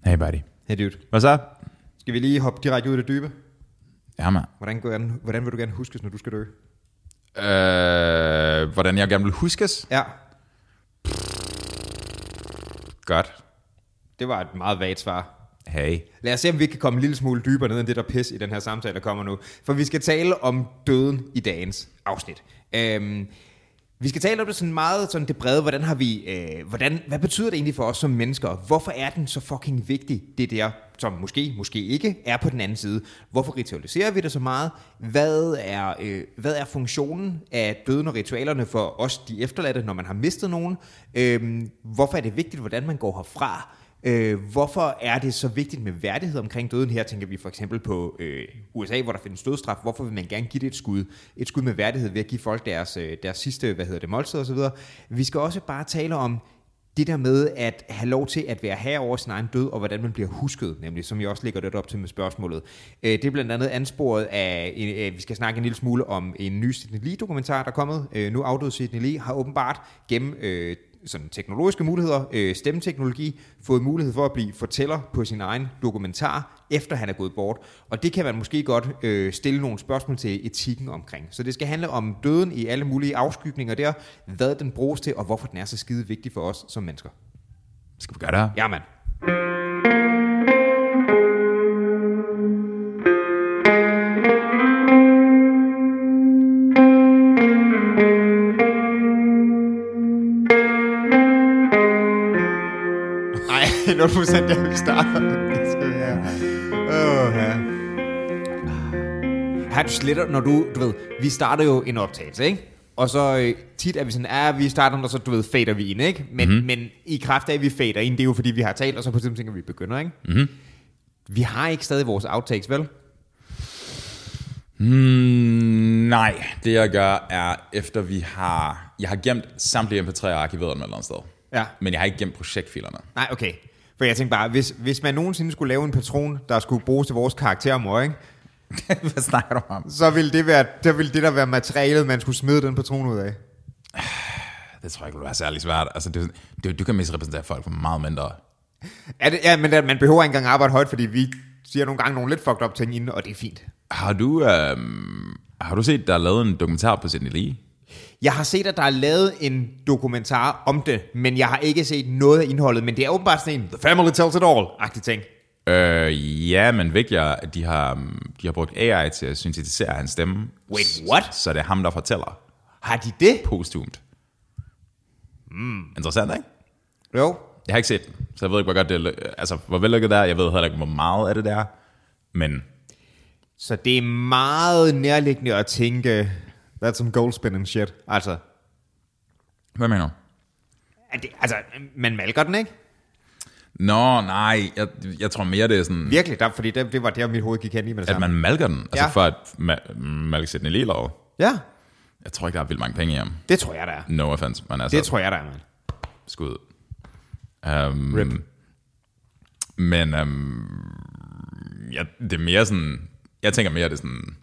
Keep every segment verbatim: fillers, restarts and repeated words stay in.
Hey buddy. Hey dude. Hvad så? Skal vi lige hoppe direkte ud i det dybe? Ja, man. Hvordan, hvordan, hvordan vil du gerne huskes, når du skal dø? Øh, hvordan jeg gerne vil huskes? Ja. Godt. Det var et meget vagt svar. Hey. Lad os se, om vi kan komme en lille smule dybere ned end det der pis i den her samtale, der kommer nu. For vi skal tale om døden i dagens afsnit. Øhm, vi skal tale om det sådan meget sådan det brede. Hvordan har vi, øh, hvordan, hvad betyder det egentlig for os som mennesker? Hvorfor er den så fucking vigtig, det der, som måske, måske ikke, er på den anden side? Hvorfor ritualiserer vi det så meget? Hvad er, øh, hvad er funktionen af døden og ritualerne for os, de efterladte, når man har mistet nogen? Øhm, hvorfor er det vigtigt, hvordan man går herfra? Øh, hvorfor er det så vigtigt med værdighed omkring døden? Her tænker vi for eksempel på øh, U S A, hvor der findes dødsstraf. Hvorfor vil man gerne give det et skud? Et skud med værdighed ved at give folk deres, øh, deres sidste, hvad hedder det, måltid og så videre. Vi skal også bare tale om det der med at have lov til at være herre over sin egen død, og hvordan man bliver husket, nemlig, som jeg også lægger det op til med spørgsmålet. Øh, det er blandt andet ansporet af, øh, vi skal snakke en lille smule om en ny Sidney Lee-dokumentar, der er kommet. Øh, nu afdøde Sidney Lee har åbenbart gennem øh, sådan teknologiske muligheder, øh, stemmeteknologi, fået mulighed for at blive fortæller på sin egen dokumentar, efter han er gået bort. Og det kan man måske godt øh, stille nogle spørgsmål til etikken omkring. Så det skal handle om døden i alle mulige afskygninger der, hvad den bruges til, og hvorfor den er så skide vigtig for os som mennesker. Skal vi gøre det her? Ja, mand. nul procent jeg vil starte. Det skal være. Åh, ja. Her du sletter, når du, du ved, vi starter jo en optagelse, ikke? Og så øh, tit er vi sådan, ja, vi starter, og så, du ved, fader vi ind, ikke? Men, mm-hmm. men i kraft af, at vi fader ind, det er jo fordi, vi har talt, og så på det tænker vi begynder, ikke? Mm-hmm. Vi har ikke stadig vores outtakes, vel? Mm, nej, det jeg gør er, efter vi har, jeg har gemt samtlige M P tre arkiveret dem et eller andet sted. Ja. Men jeg har ikke gemt projektfilerne. Nej, okay. For jeg tænkte bare, hvis, hvis man nogensinde skulle lave en patron, der skulle bruges til vores karaktermor, ikke? Hvad snakker du om? Så ville det, være, der ville det der være materialet, man skulle smide den patron ud af. Det tror jeg ikke ville være særlig svært. Altså, det, det, du kan misrepræsentere folk for meget mindre. Ja, det, ja men der, man behøver ikke engang arbejde højt, fordi vi siger nogle gange nogle lidt fucked up ting inden, og det er fint. Har du, øhm, har du set, der er lavet en dokumentar på Sidney Lee? Jeg har set, at der er lavet en dokumentar om det, men jeg har ikke set noget af indholdet, men det er åbenbart sådan en The Family Tells It All-agtig ting. Øh, ja, men vigtigere, at de har, de har brugt A I til at syntetisere hans stemme. Wait, what? Så det er ham, der fortæller. Har de det? Postumt. Mm. Interessant, ikke? Jo. Jeg har ikke set den, så jeg ved ikke, hvor godt det er. Altså, hvor vellykket det er. Jeg ved heller ikke, hvor meget af det der. Men... Så det er meget nærliggende at tænke... That's some gold spinning shit. Altså... Hvad mener du? Det, altså, man malker den, ikke? Nå, nej. Jeg, jeg tror mere, det er sådan... Virkelig, der, fordi det, det var der, mit hoved gik hen i med det at samme. man malker den? Altså ja. for at ma- malke Sidney Lee lov? Ja. Jeg tror ikke, der er vildt mange penge i ham. Det tror jeg, der er. No offense, men altså... Det tror jeg, der er, man. Skud. Um, Rip. Men um, ja, det er mere sådan... Jeg tænker mere, det er sådan...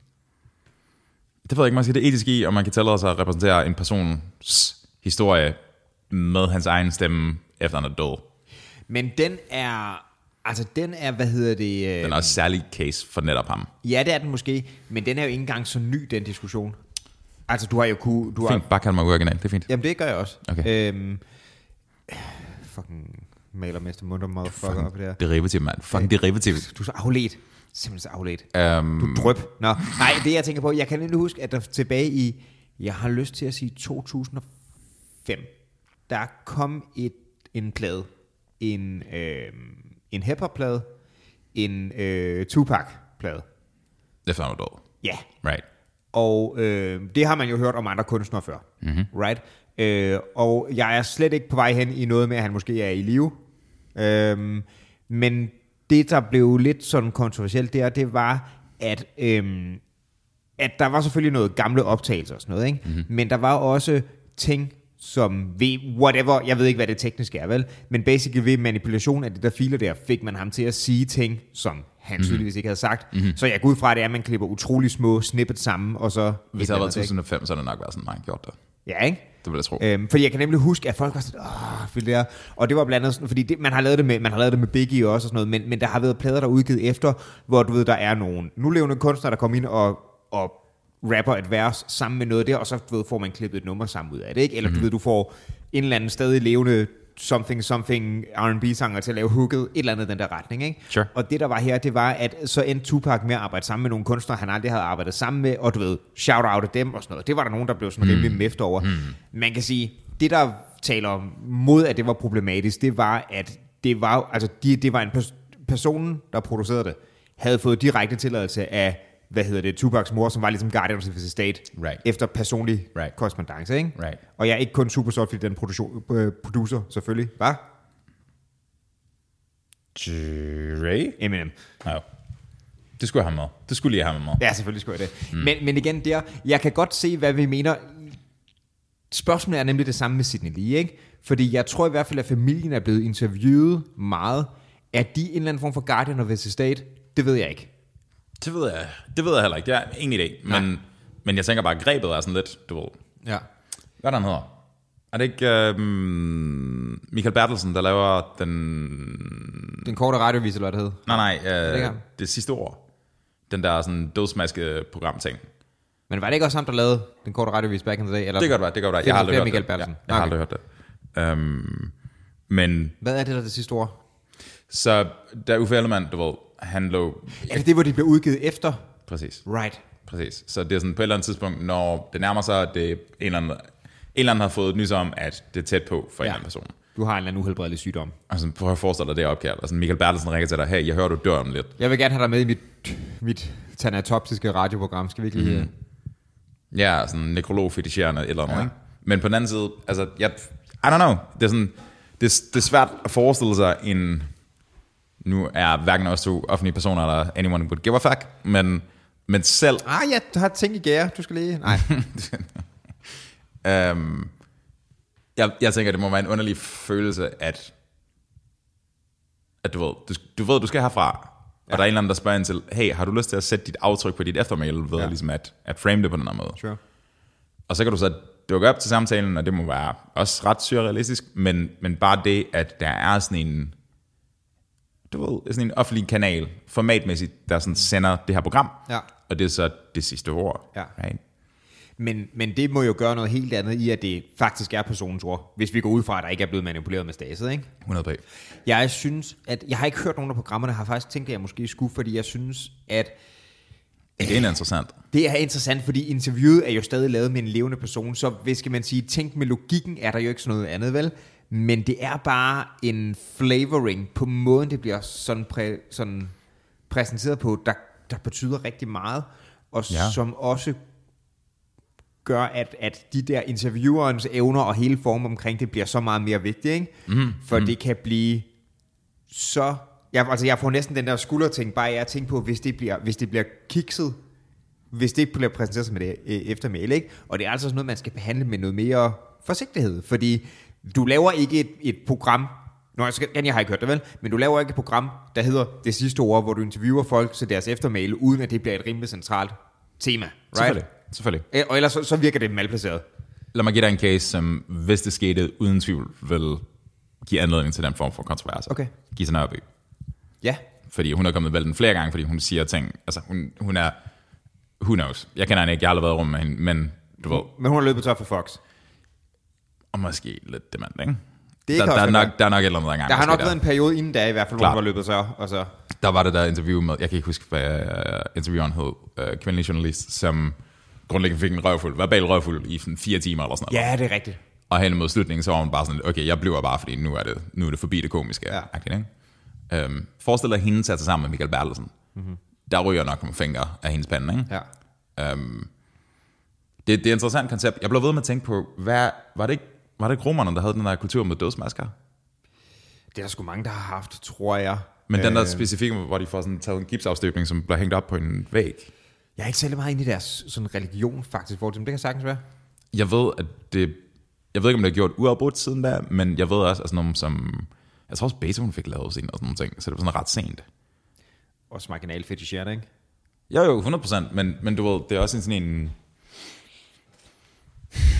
Det ved jeg ikke, man siger det etiske i, og man kan tillade sig at repræsentere en persons historie med hans egen stemme, efter han er død. Men den er... Altså, den er, hvad hedder det... Øh... Den er også særlig case for netop ham. Ja, det er den måske, men den er jo ikke engang så ny, den diskussion. Altså, du har jo kunne... Du fint, har... bare kald mig original, det er fint. Jamen, det gør jeg også. Okay. Øhm... Fucking malermester munter motherfucker op der. Derivativ, mand. Fucking derivativ. Du er så afledt. Simpelthen så afledt. Um... Du drøb. Nå, nej, det jeg tænker på, jeg kan nemlig huske, at der tilbage i, jeg har lyst til at sige to tusind og fem, der kom et, en plade, en, øh, en hip-hop-plade, en øh, Tupac-plade. Efter han var død. Ja. Yeah. Right. Og øh, det har man jo hørt om andre kunstnere før. Mm-hmm. Right? Øh, og jeg er slet ikke på vej hen i noget med, at han måske er i live. Øh, men det, der blev lidt sådan kontroversielt der, det var, at, øhm, at der var selvfølgelig noget gamle optagelser og sådan noget, ikke? Mm-hmm. Men der var også ting, som ved whatever, jeg ved ikke, hvad det tekniske er, vel? Men basically ved manipulation af det der filer der, fik man ham til at sige ting, som han mm-hmm. tydeligvis ikke havde sagt. Mm-hmm. Så jeg går ud fra, at det er, at man klipper utrolig små snippets sammen, og så... Hvis det havde været to tusind og fem, så havde det nok været sådan, man gjort det. Ja, ikke? det vil jeg tro. Øhm, fordi jeg kan nemlig huske, at folk var sådan, åh, det der. Og det var blandt andet sådan, fordi det, man har lavet det med, man har lavet det med Biggie også og sådan noget, men, men der har været plader, der er udgivet efter, hvor du ved, der er nogle nulevende kunstnere, der kommer ind og, og rapper et vers sammen med noget der, og så du ved, får man klippet et nummer sammen ud af det, ikke? Eller mm-hmm. du ved, du får en eller anden stadig levende something, something R and B-sanger til at lave hooket, et eller andet den der retning, ikke? Sure. Og det der var her, det var, at så endte Tupac med at arbejde sammen med nogle kunstnere, han aldrig havde arbejdet sammen med, og du ved, shout out af dem og sådan noget. Det var der nogen, der blev sådan rimelig mm. mæft over. Mm. Man kan sige, det der taler mod, at det var problematisk, det var, at det var, altså, de, det var en pers- personen, der producerede det, havde fået direkte tilladelse af, hvad hedder det, Tupacs mor, som var ligesom Guardian of the State, right. efter personlig right. korrespondance, ikke? Right. Og jeg er ikke kun super stolt, fordi den producer, producer selvfølgelig, hvad? Dre? Eminem. Ja. Det skulle jeg have med. Det skulle lige have med. Ja, selvfølgelig skulle jeg det. Mm. Men, men igen, der, jeg kan godt se, hvad vi mener. Spørgsmålet er nemlig det samme med Sidney Lee, ikke? Fordi jeg tror i hvert fald, at familien er blevet interviewet meget. Er de en eller anden form for Guardian of the State? Det ved jeg ikke. Det ved jeg, det ved jeg heller ikke. Det er ingen idé. Men, men jeg tænker bare, at grebet er sådan lidt, du ved. Ja. Hvad er den hedder? Er det ikke um, Michael Bertelsen, der laver den... Den korte radiovis, eller hvad det hed? Nej, nej, uh, det, det sidste ord. Den der sådan dødsmaske program-ting. Men var det ikke også ham, der lavede den korte radiovis back in the day? Eller? Det kan godt være, det kan godt være. Jeg har aldrig hørt Michael det. Bertelsen. Ja, jeg har okay. aldrig hørt det. Um, men... Hvad er det der det sidste ord? Så da Uffe Ellemann, du ved, han lå... Er det det, hvor de blev udgivet efter? Præcis. Right. Præcis. Så det er sådan på et eller andet tidspunkt, når det nærmer sig, at det en eller anden, en eller anden har fået nys om, at det er tæt på for ja. en eller anden person. Du har en eller anden uhelbredelig sygdom. Og sådan, prøv at forestille dig det opkald. Og sådan, Michael Bertelsen ringer til dig, hey, jeg hører, du dør om lidt. Jeg vil gerne have dig med i mit, mit tanatopsiske radioprogram. Skal vi ikke lige... Mm. Ja, sådan nekrolog-fetischerende eller noget, ja. Ikke? Men på den anden side, altså, jeg, I don't know. Det er sådan, det, det er svært at forestille sig en... Nu er hverken os to offentlige personer, eller anyone would give a fuck, men, men selv... Ah, jeg har ting i gære, du skal lige... Nej. um, jeg, jeg tænker, det må være en underlig følelse, at, at du ved, du, du ved, du skal herfra, ja. Og der er en eller anden, der spørger ind til, hey, har du lyst til at sætte dit aftryk på dit eftermæle, ved ja. Ligesom at, at frame det på den her måde? Sure. Og så kan du så dukke op til samtalen, og det må være også ret surrealistisk, men, men bare det, at der er sådan en... Du ved, sådan en offentlig kanal, formatmæssigt, der sådan sender det her program, ja. Og det er så det sidste ord. Ja. Right? Men, men det må jo gøre noget helt andet i, at det faktisk er personens ord, hvis vi går ud fra, at der ikke er blevet manipuleret med staset, ikke? hundrede procent. Jeg synes, at jeg har ikke hørt nogen af programmerne, har faktisk tænkt, at jeg måske skulle, fordi jeg synes, at... Det er interessant. Det er interessant, fordi interviewet er jo stadig lavet med en levende person, så hvis skal man sige, tænk med logikken, er der jo ikke sådan noget andet, vel? Men det er bare en flavoring på måden, det bliver sådan, præ, sådan præsenteret på, der, der betyder rigtig meget, og ja. Som også gør, at, at de der interviewerens evner og hele form omkring det bliver så meget mere vigtigt, ikke? Mm-hmm. For mm. det kan blive så... Jeg, altså jeg får næsten den der skulderting, bare jeg tænker på, hvis det bliver, hvis det bliver kikset, hvis det bliver præsenteret som et eftermæle, ikke? Og det er altså sådan noget, man skal behandle med noget mere forsigtighed, fordi du laver ikke et, et program, nå, jeg, skal, jeg har ikke hørt det vel, men du laver ikke et program, der hedder Det Sidste Ord, hvor du interviewer folk til deres eftermæle, uden at det bliver et rimelig centralt tema. Right? Selvfølgelig. Selvfølgelig. Og ellers så, så virker det malplaceret. Lad mig give dig en case, som hvis det skete, uden tvivl vil give anledning til den form for kontrovers. Okay. Gita Nørby. Ja. Fordi hun har kommet vælten flere gange, fordi hun siger ting, altså hun, hun er, who knows, jeg kender hende ikke, jeg har aldrig været rum med hende, men du ved. Men hun har løbet tør for Fox. Og måske lidt dement, ikke? Det der, der, er nok, der er nok et eller andet gang. Der har nok været en periode inden da, i hvert fald, hvor hun var løbet så, og så. Der var det der interview med, jeg kan ikke huske, hvad uh, intervieweren hed, uh, kvindelig journalist, som grundlæggende fik en røvfuld, verbal røvfuld i fire timer eller sådan noget. Ja, det er rigtigt. Og hen mod slutningen, så var hun bare sådan, okay, jeg bliver bare, fordi nu er det, nu er det forbi det komiske. Ja. Ikke? Um, forestil dig hende til at tage sammen med Michael Bertelsen. Mm-hmm. Der ryger nok nogle fingre af hendes pande, ikke? Ja. Um, det, det er et interessant koncept. Jeg blev ved med at tænke på, hvad, var det ikke Var det ikke romerne, der havde den der kultur med dødsmasker? Det er der sgu mange, der har haft, tror jeg. Men øh, den der specifikke, hvor de får sådan taget en gipsafstøbning, som bliver hængt op på en væg. Jeg er ikke særlig meget inde i deres sådan religion, faktisk, hvor det kan sagtens være. Jeg ved, at det... Jeg ved ikke, om det er gjort uafbrudt siden da, men jeg ved også, altså nogle som... Jeg tror også, Beethoven fik lavet sin og sådan nogle ting, så det var sådan ret sent. Også marginal fetischerende, ikke? Jo, jo, hundrede procent, men, men du ved, det er også sådan en...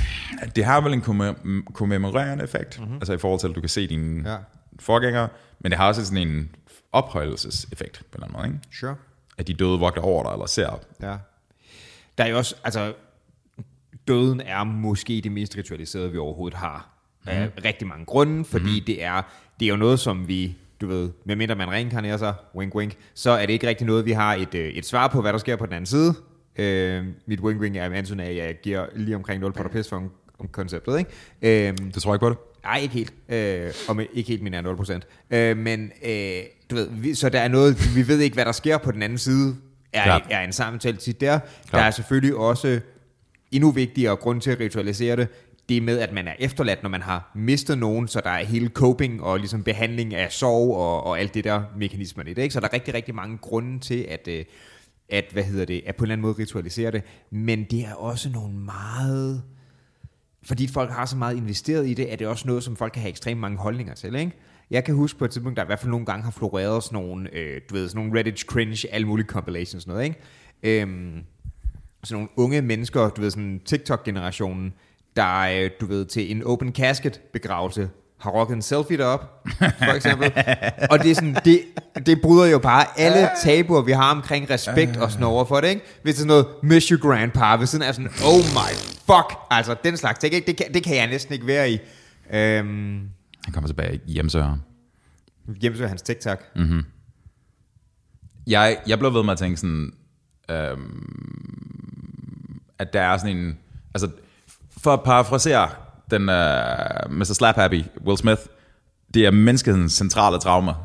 Det har vel en kommem- kommemorerende effekt, mm-hmm. altså i forhold til, at du kan se dine ja. forgængere, men det har også sådan en ophøjelseseffekt på en eller anden måde, ikke? Sure. At de døde vogter over dig, eller ser op. Ja. Der er jo også, altså, døden er måske det mest ritualiserede, vi overhovedet har. Mm. Af rigtig mange grunde, fordi mm. det er, det er jo noget, som vi, du ved, medmindre man reinkarnerer sig, wink wink, så er det ikke rigtig noget, vi har et, et svar på, hvad der sker på den anden side. Uh, mit wink wink er ansyn af, at jeg giver lige omkring nul potter pis for om, om konceptet, ikke? Uh, det tror jeg ikke på det. Nej, ikke helt. Øh, og med, ikke helt min er nul procent. Øh, men øh, du ved, vi, så der er noget, vi ved ikke, hvad der sker på den anden side, er, er en samtale tit der. Klar. Der er selvfølgelig også endnu vigtigere grund til at ritualisere det, det med, at man er efterladt, når man har mistet nogen, så der er hele coping og ligesom behandling af sorg og, og alt det der mekanismer i det, ikke? Så der er rigtig, rigtig mange grunde til, at, øh, at, hvad hedder det, at på en eller anden måde ritualisere det. Men det er også nogle meget... Fordi folk har så meget investeret i det, er det også noget, som folk kan have ekstremt mange holdninger til, ikke? Jeg kan huske på et tidspunkt, der i hvert fald nogle gange har floreret sådan nogle, øh, du ved, sådan nogle Reddit cringe, alle mulige compilations, noget, ikke? Øhm, sådan nogle unge mennesker, du ved, sådan TikTok-generationen, der, øh, du ved, til en open casket begravelse, har rocket en selfie derop, for eksempel. Og det er sådan, det, det bryder jo bare alle tabuer, vi har omkring respekt og sådan over for det, ikke? Hvis det er sådan noget, miss your grandpa, ved siden af sådan, oh my fuck, altså den slags ting, ikke? Det, kan, det kan jeg næsten ikke være i. Øhm, Han kommer tilbage i hjemsøger. Hjemsøger hans TikTok. Mm-hmm. Jeg, jeg blev ved med at tænke sådan, øhm, at der er sådan en, altså for at parafrasere den uh, mister Slap Happy, Will Smith, det er menneskehedens centrale trauma.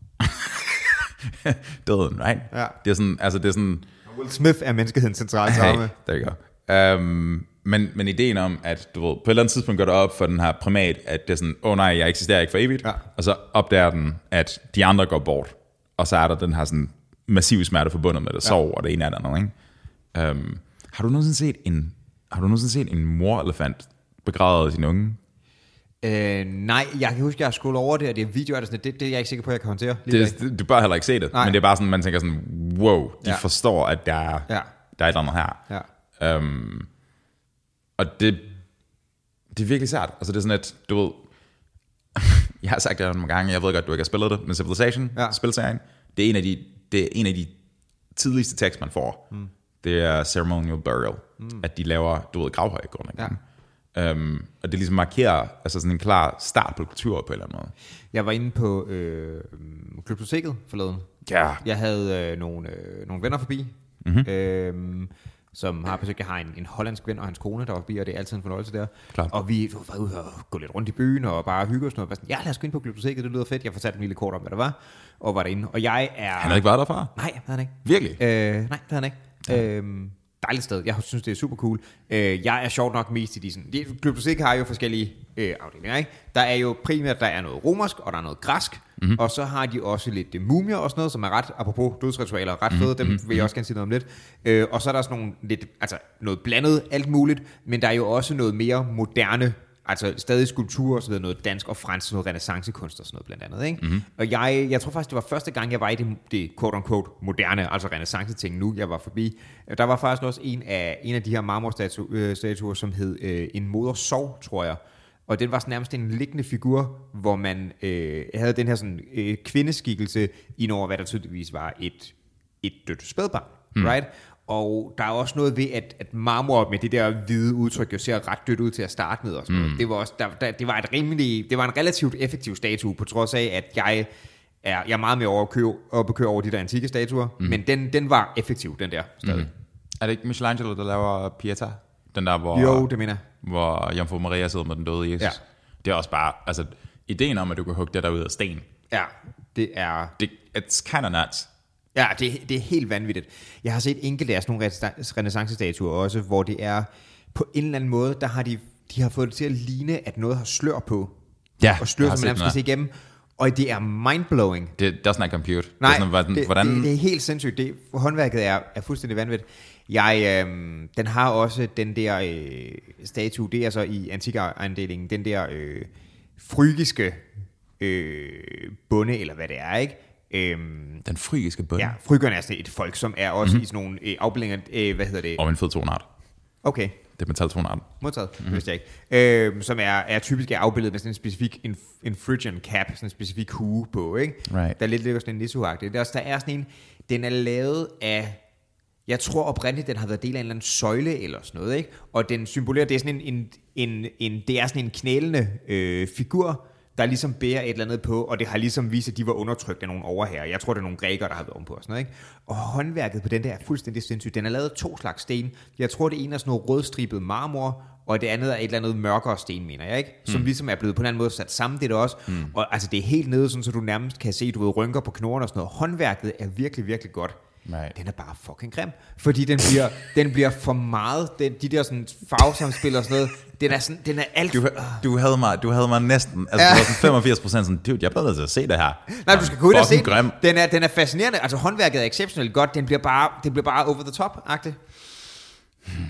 Døden, right? Ja. Det er sådan, altså det er sådan... Will Smith er menneskehedens centrale trauma. Hey, there you go. Um, men, men ideen om, at du ved, på et eller andet tidspunkt går det op for den her primat, at det er sådan, åh oh, nej, jeg eksisterer ikke for evigt, ja. Og så opdager den, at de andre går bort, og så er der den her sådan massive smerte forbundet med det, ja. Sorg og det ene af det andet, ikke? Um, har du nogensinde set en, har du nogensinde set en morelefant begravet sin unge? Øh, nej, jeg kan huske, at jeg skulle over det, og det er videoer, det, det, det er jeg ikke sikker på, at jeg kan håndtere. Det, det, du bør heller ikke se det, nej. Men det er bare sådan, man tænker sådan, wow, de ja. forstår, at der er, ja. der er et eller andet her. Ja. Um, og det, det er virkelig sært. Altså det er sådan, at du ved, jeg har sagt det nogle gange, jeg ved godt, du ikke har spillet det, men Civilization, ja. Spilserien, det er en af de, det er en af de tidligste tekst, man får. Mm. Det er ceremonial burial, mm. at de laver, du ved, gravhøj grundlæggende. Ja. Um, og det ligesom markerer altså sådan en klar start på kultur på en eller anden måde. Jeg var inde på øh, Glyptoteket forleden. Ja. Jeg havde øh, nogle, øh, nogle venner forbi, mm-hmm. øh, som har besøgt. Jeg har en, en hollandsk ven og hans kone, der var forbi, og det er altid en fornøjelse der. Klar. Og vi var ude og gå lidt rundt i byen og bare hygge os noget. Og sådan, ja, lad os gå ind på Glyptoteket, det lyder fedt. Jeg fortalte en lille kort om, hvad der var, og var derinde. Og jeg er... Han har ikke været der før? Nej, det har han ikke. Virkelig? Øh, nej, det har han ikke. Ja. Øhm, dejligt sted. Jeg synes, det er super cool. Øh, jeg er sjovt nok mest i de sådan... Glyptotek har jo forskellige øh, afdelinger, ikke? Der er jo primært, der er noget romersk, og der er noget græsk. Mm-hmm. Og så har de også lidt uh, mumier og sådan noget, som er ret, apropos dødsritualer, ret fede. Mm-hmm. Dem vil jeg også gerne sige noget om lidt. Øh, og så er der sådan nogle lidt... Altså noget blandet, alt muligt. Men der er jo også noget mere moderne... Altså stadig skulpturer og så videre, noget dansk og fransk, noget renaissancekunst og sådan noget blandt andet, ikke? Mm-hmm. Og jeg, jeg tror faktisk, det var første gang, jeg var i det, det quote-unquote moderne, altså renaissance-ting nu, jeg var forbi. Der var faktisk også en af, en af de her marmorstatuer, som hed øh, en moder sov, tror jeg. Og den var sådan nærmest en liggende figur, hvor man øh, havde den her sådan, øh, kvindeskikkelse i over, hvad der tydeligvis var et, et dødt spædbarn, mm. right? Og der er også noget ved, at, at marmor med det der hvide udtryk jo ser ret dødt ud til at starte med. Og sådan mm. Det var også, der, der, det var et rimelig, det var en relativt effektiv statue, på trods af, at jeg er, jeg er meget mere over at køre, op at køre over de der antikke statuer. Mm. Men den, den var effektiv, den der stadig. Mm. Er det ikke Michelangelo, der laver Pietà? Den der, hvor, jo, det mener hvor Jomfru Maria sidder med den døde Jesus. Ja. Det er også bare, altså, ideen om, at du kan hugge det der ud af sten. Ja, det er... Det, it's kind of nuts. Ja, det, det er helt vanvittigt. Jeg har set enkelte af sådan nogle renaissance-statuer også, hvor det er på en eller anden måde, der har de, de har fået det til at ligne, at noget har slør på. Ja, og slør, som man nærmest skal se igennem. Og det er mindblowing. Det doesn't not compute. Nej, det er, sådan, det, hvordan... det, det er helt sindssygt. Det, håndværket er, er fuldstændig vanvittigt. Jeg, øh, den har også den der øh, statue, det er så i antikafdelingen, den der øh, frygiske øh, bonde, eller hvad det er, ikke? Øhm, den frygiske bønne. Ja, frygerne er sådan et folk, som er også mm-hmm. i sådan nogle øh, afbildninger, øh, hvad hedder det? Og en fed tonart. Okay. Det er metaltonearten. Modtaget, mm-hmm. det vidste jeg ikke. Øh, som er, er typisk er afbildet med sådan en specifik en, en Phrygian cap, sådan en specifik hue på, ikke? Right. Der er lidt, lidt sådan en nissehuagtig. Der er, der er sådan en, den er lavet af, jeg tror oprindeligt, den har været del af en eller anden søjle eller sådan noget, ikke? Og den symbolerer, det er sådan en, en, en, en det er sådan en knælende øh, figur, der ligesom bærer et eller andet på, og det har ligesom vist, at de var undertrykt af nogle overherrer. Jeg tror, det er nogle grækere, der har været ovenpå og sådan noget, ikke? Og håndværket på den der er fuldstændig sindssygt. Den er lavet af to slags sten. Jeg tror, det ene er sådan noget rødstribet marmor, og det andet er et eller andet mørkere sten, mener jeg, ikke? Som mm. ligesom er blevet på en anden måde sat sammen, det der også. Mm. Og altså, det er helt nede, sådan, så du nærmest kan se, du ved, rynker på knoglerne og sådan noget. Håndværket er virkelig, virkelig godt. Nej. Den er bare fucking grim, fordi den bliver, den bliver for meget, den, de der sådan farvesamspil og sådan noget, den er sådan, den er alt. Du, du havde mig, du havde mig næsten, altså ja. Du var sådan femogfirs procent sådan, dude, jeg bliver nødt til at se det her. Nej, du skal gå ud og se den. Den er, den er fascinerende, altså håndværket er exceptionelt godt, den bliver bare, det bliver bare over the top-agtigt. Hmm.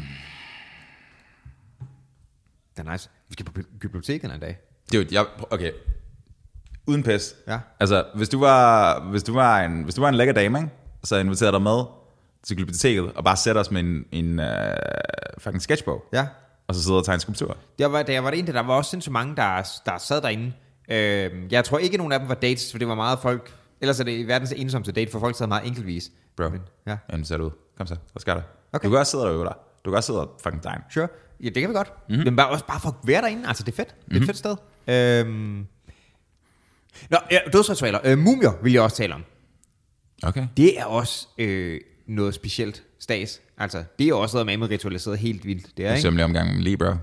Det er nice. Vi skal på biblioteket en dag. Dude, jeg, okay. Uden pis. Ja. Altså, hvis du var, hvis du var en, hvis du var en lækker dame, ikke? Så inviterer dig med til biblioteket og bare sætter os med en, en uh, fucking sketchbog. Ja. Og så sidder og tegner skulpturer. Der var, da jeg var derinde, der var også sindssygt mange, der, der sad derinde. Øh, jeg tror ikke, nogen af dem var dates, for det var meget folk. Ellers er det verdens ensomste date, for folk sad meget enkeltvis. Bro, men, ja. Jamen, så er du ud. Kom så, hvad skal der? Okay. Du kan også sidde der der. Du kan også sidde og fucking tegne. Sure. Ja, det kan vi godt. Mm-hmm. Men bare, også bare for at være derinde, altså det er fedt. Det er et mm-hmm. fedt sted. Øhm. Nå, ja, dødsritualer. Øh, mumier vil jeg også tale om. Okay. Det er også øh, noget specielt stas. Altså, det er også noget med ritualiseret helt vildt. Det er, ikke? Sømmelig omgang lige, bro.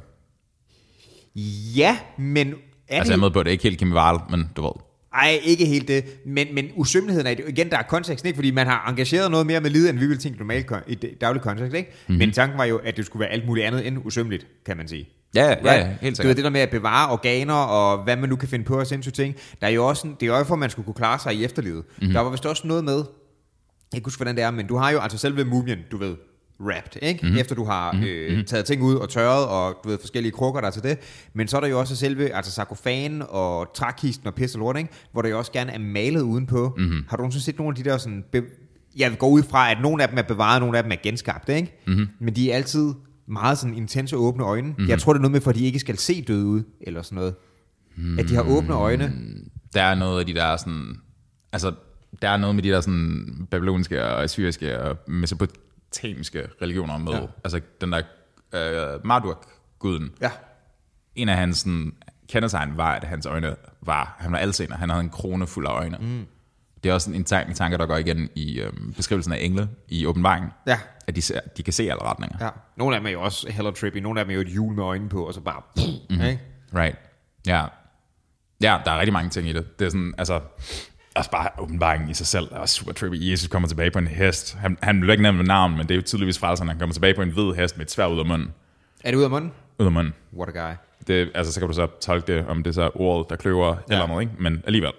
Ja, men... Er altså, det... jeg er med på, at det er ikke helt Kim Wahl, men du ved. Ej, ikke helt det. Men, men usømmeligheden er det. Igen, der er konteksten, ikke? Fordi man har engageret noget mere med livet, end vi vil tænke normalt i daglig kontekst, ikke? Mm-hmm. Men tanken var jo, at det skulle være alt muligt andet end usømmeligt, kan man sige. Ja, ja, ja, helt sikkert. Du ved, det der med at bevare organer, og hvad man nu kan finde på af sindssyge ting. Der er jo også sådan, det er jo for, at man skulle kunne klare sig i efterlivet. Mm-hmm. Der var vist også noget med, jeg kan ikke huske, hvordan det er, men du har jo altså selve mumien, du ved, wrapped, ikke? Mm-hmm. Efter du har øh, mm-hmm. taget ting ud og tørret, og du ved, forskellige krukker der til det. Men så er der jo også selve, altså sarkofagen og trækisten og pisse og lort, ikke? Hvor der jo også gerne er malet udenpå. Mm-hmm. Har du nogensinde set nogle af de der sådan, be- jeg går ud fra, at nogle af dem er bevaret, nogle af dem er genskabte, ikke? Mm-hmm. Men de er altid meget sådan intense åbne øjne. Mm-hmm. Jeg tror, det er noget med, for at de ikke skal se døde ud, eller sådan noget. Mm-hmm. At de har åbne øjne. Der er noget af de der sådan, altså, der er noget med de der sådan babyloniske og assyriske og mesopotamiske religioner med. Ja. Altså, den der øh, Marduk-guden. Ja. En af hans sådan, kendetegn var, at hans øjne var, han var alseende, han havde en krone fuld af øjne. Mm. Det er også en tanke, tanke der går igen i øhm, beskrivelsen af engle i åbenbaringen. Ja. At de, ser, de kan se alle retninger. Ja. Nogle af dem er jo også hella trippy, nogle af dem er jo et hjul med øjnene på, og så bare... Mm-hmm. Ikke? Right. Ja. Ja, der er rigtig mange ting i det. Det er sådan, altså... Også bare åbenbaringen i sig selv er super trippy. Jesus kommer tilbage på en hest. Han, han vil ikke nævne med navn, men det er jo tydeligvis frelseren. Han kommer tilbage på en hvid hest med et sværd ud af munden. Er det ud af munden? Ud af munden. What a guy. Det, altså, så kan du så tolke det, om det er så ordet, der kløver ja. Eller noget, ikke? Men alligevel.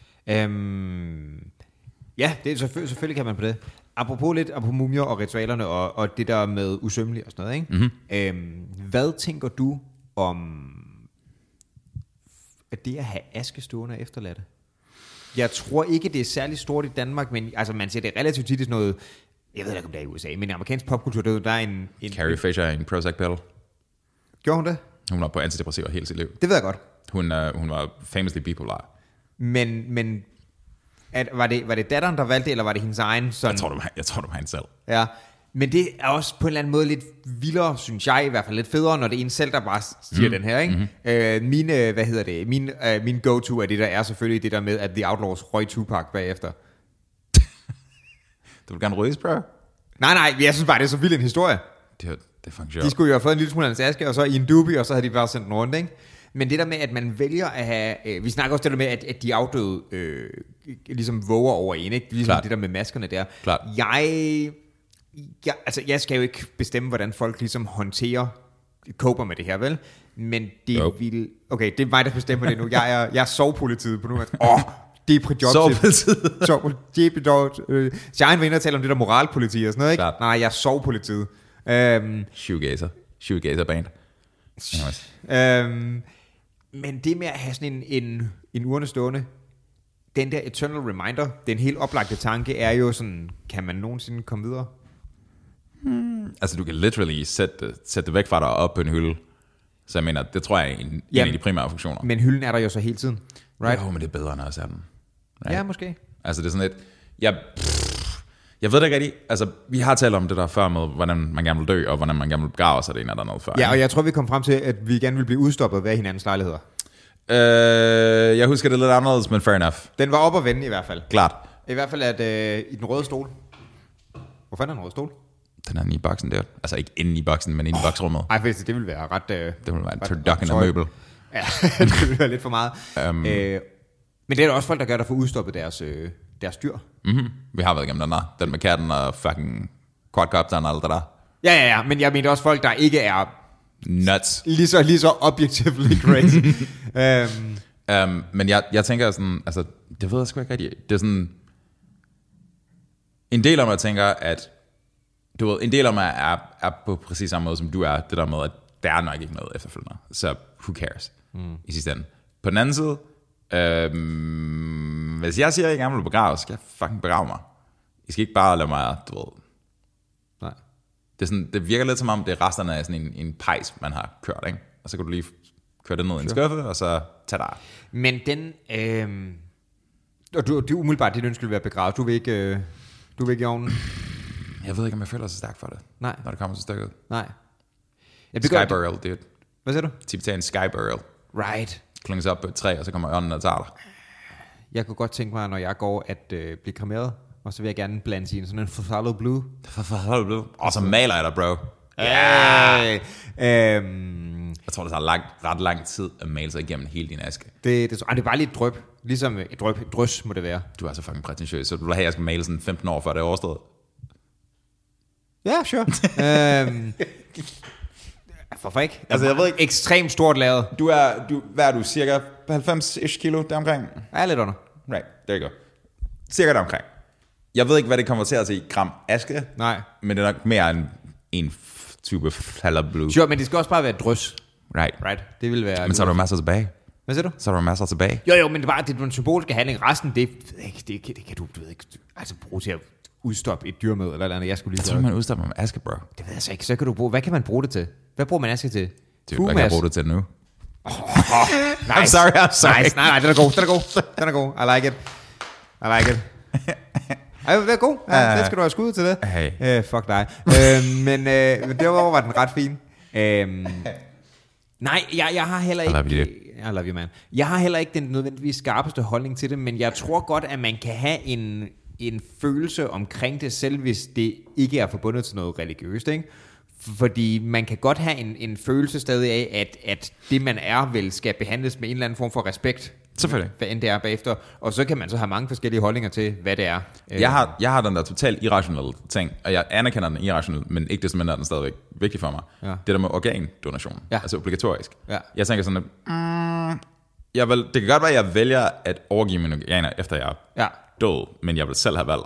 Um, ja, det er selvfølgelig, selvfølgelig kan man på det. Apropos lidt, apropos mumier og ritualerne, og, og det der med usømmelig og sådan noget, ikke? Mm-hmm. Um, hvad tænker du om at det at have aske stående efterladte? Jeg tror ikke, det er særlig stort i Danmark, men altså, man ser det relativt tit i sådan noget, jeg ved ikke, om det er i U S A, men i amerikansk popkultur, der er en... en Carrie Fisher er en Prozac pedal. Gjorde hun det? Hun var på antidepressiver hele sit liv. Det ved jeg godt. Hun, uh, hun var famously bipolar. Men, men at, var, det, var det datteren, der valgte det, eller var det hendes egen? Sådan? Jeg tror, det var, jeg tror, det var hende selv. Ja, men det er også på en eller anden måde lidt vildere, synes jeg, i hvert fald lidt federe, når det er en selv, der bare siger mm. den her, ikke? Mm-hmm. Øh, min, øh, hvad hedder det, min, øh, min go-to er det, der er selvfølgelig det der med, at The Outlaws røg Tupac bagefter. Du vil gerne røges, bro? Nej, nej, jeg synes bare, det er så vild en historie. Det, det er faktisk De skulle jo have fået en lille smule af hans aske, og så i en dubi, og så havde de bare sendt den rundt, ikke? Men det der med, at man vælger at have... Øh, vi snakker også det der med, at, at de afdøde øh, ligesom våger over en, ikke? Ligesom Klart. Det der med maskerne der. Klart. Jeg... Jeg, altså, jeg skal jo ikke bestemme, hvordan folk ligesom håndterer, coper med det her, vel? Men det nope. vil... Okay, det er mig, der bestemmer det nu. Jeg er, jeg er sovpolitiet på nu. Åh, oh, depri-job. Sovpolitiet. Depri-job. Shine var inde og tale om det der moralpoliti og sådan noget, ikke? Klart. Nej, jeg er sovpolitiet. Um, Shoegazer. Shoegazer band. um, men det med at have sådan en, en, en urne stående, den der eternal reminder, den helt oplagte tanke er jo sådan, kan man nogensinde komme videre? Hmm, altså, du kan literally sætte, sætte det væk fra dig og op på en hylde. Så jeg mener, det tror jeg er en, en af de primære funktioner. Men hylden er der jo så hele tiden, right? Jo, men det er bedre, når jeg ser den. Right? Ja, måske. Altså, det er sådan et... Jeg, pff, jeg ved det ikke rigtigt. Altså, vi har talt om det der før med, hvordan man gerne vil dø, og hvordan man gerne vil begrave sig, det ene eller noget før. Ja, og jeg tror, vi kom frem til, at vi gerne vil blive udstoppet ved hinandens lejligheder. Øh, jeg husker det lidt anderledes, men fair enough. Den var op at vende i hvert fald. Klart. I hvert fald, at øh, i den røde stol... Hvor fanden er den røde stol? Den er inde i boksen der. Altså ikke inde i boksen, men inde i boksrummet. Ej, for det ville være ret... Øh, det ville være en turducken af møbel. Ja, det ville være lidt for meget. Um, øh, men det er der også folk, der gør, der får udstoppet deres, øh, deres dyr. Mm-hmm. Vi har været igennem den der. Den med katten og fucking quadcopteren og alt det der. Ja, ja, ja. Men jeg mener også folk, der ikke er... Nuts. Lige så, lige så objectively crazy. um, um, men jeg, jeg tænker sådan... Altså, det ved jeg sgu ikke rigtig. Det er sådan... En del af mig tænker, at... Du ved, en del af mig er, er på præcis samme måde, som du er. Det der med, at der er nok ikke noget efterfølgende. Så who cares? Mm. I sidste ende. På den anden side... Øhm, hvis jeg siger, at jeg gerne vil begrave, skal jeg fucking begrave mig. I skal ikke bare lade mig, du ved. Nej. Det, er sådan, det virker lidt som om, det er resterne af sådan en, en pejs, man har kørt, ikke? Og så kan du lige køre det ned i en skuffe, og så tage dig. Men den, øh... og du, det er umiddelbart, dit ønske vil være begravet. Du vil ikke, øh... du vil ikke i ovnen? Jeg ved ikke, om jeg føler så stærkt for det. Nej. Når det kommer til stykket. Nej. Sky burial, dude. Hvad siger du? Tibetan sky burial. Right. Klynges op på et træ, og så kommer ånden og tager dig. Jeg kunne godt tænke mig, når jeg går at øh, blive kremeret, og så vil jeg gerne blande i en sådan en Phthalo Blue. Phthalo Blue. Og så maler jeg dig, bro. Ja. Yeah. Um, jeg tror, det tager lang, ret lang tid at male sig igennem hele din aske. Det, det, det er bare lige et drøb. Ligesom et drøb, et drøs må det være. Du er så fucking prætentiøs, så du vil have, at jeg skal male sådan femten år, før det er overstået. Ja, yeah, sure. um, Hvorfor ikke? Altså, jeg ved ikke. Ekstremt stort lavet. Du er, du, hvad er du, cirka halvfems-ish kilo deromkring? Jeg er lidt under. Right, there you go. Cirka deromkring. Jeg ved ikke, hvad det konverterer til i gram aske. Nej. Men det er nok mere end en type Phthalo Blue. Sure, men det skal også bare være et drøs. Right. Right, det vil være... Men så er der masser tilbage. Hvad siger du? Så er der masser tilbage. Jo, jo, men det er bare det er den symboliske handling. Resten, det, det, det, det kan du, du ved ikke, altså bruge til at udstoppe et dyrmøde, eller andet, jeg skulle lige jeg tror, man udstopper med aske, bro. Det ved jeg så ikke. Så kan du bruge, hvad kan man bruge det til? Hvad bruger man aske til? Dude, hvad kan jeg bruge det til nu? Oh, nice. I'm sorry, I'm sorry. Nice. Nej, nej, den er god, den er god, den er god. I like it. I like it. Ej, det er god. Ja, uh, det skal du have skud til det. Hey. Uh, fuck dig. uh, men uh, derover var den ret fin. Uh, nej, jeg, jeg har heller ikke... I love you, I love you, man. Jeg har heller ikke den nødvendigvis skarpeste holdning til det, men jeg tror godt, at man kan have en, en følelse omkring det, selv hvis det ikke er forbundet til noget religiøst, ikke? Fordi man kan godt have en, en følelse stadig af, at, at det man er vel skal behandles med en eller anden form for respekt. Selvfølgelig. Hvad end det er bagefter. Og så kan man så have mange forskellige holdninger til, hvad det er. Jeg har, jeg har den der totalt irrationelle ting, og jeg anerkender den irrationelle, men ikke desto mindre er den stadigvæk vigtig for mig. Ja. Det der med organdonation, ja. altså obligatorisk. Ja. Jeg tænker sådan, at mm, jeg vil, det kan godt være, at jeg vælger at overgive mine organer, efter jeg er ja. død, men jeg vil selv have valget.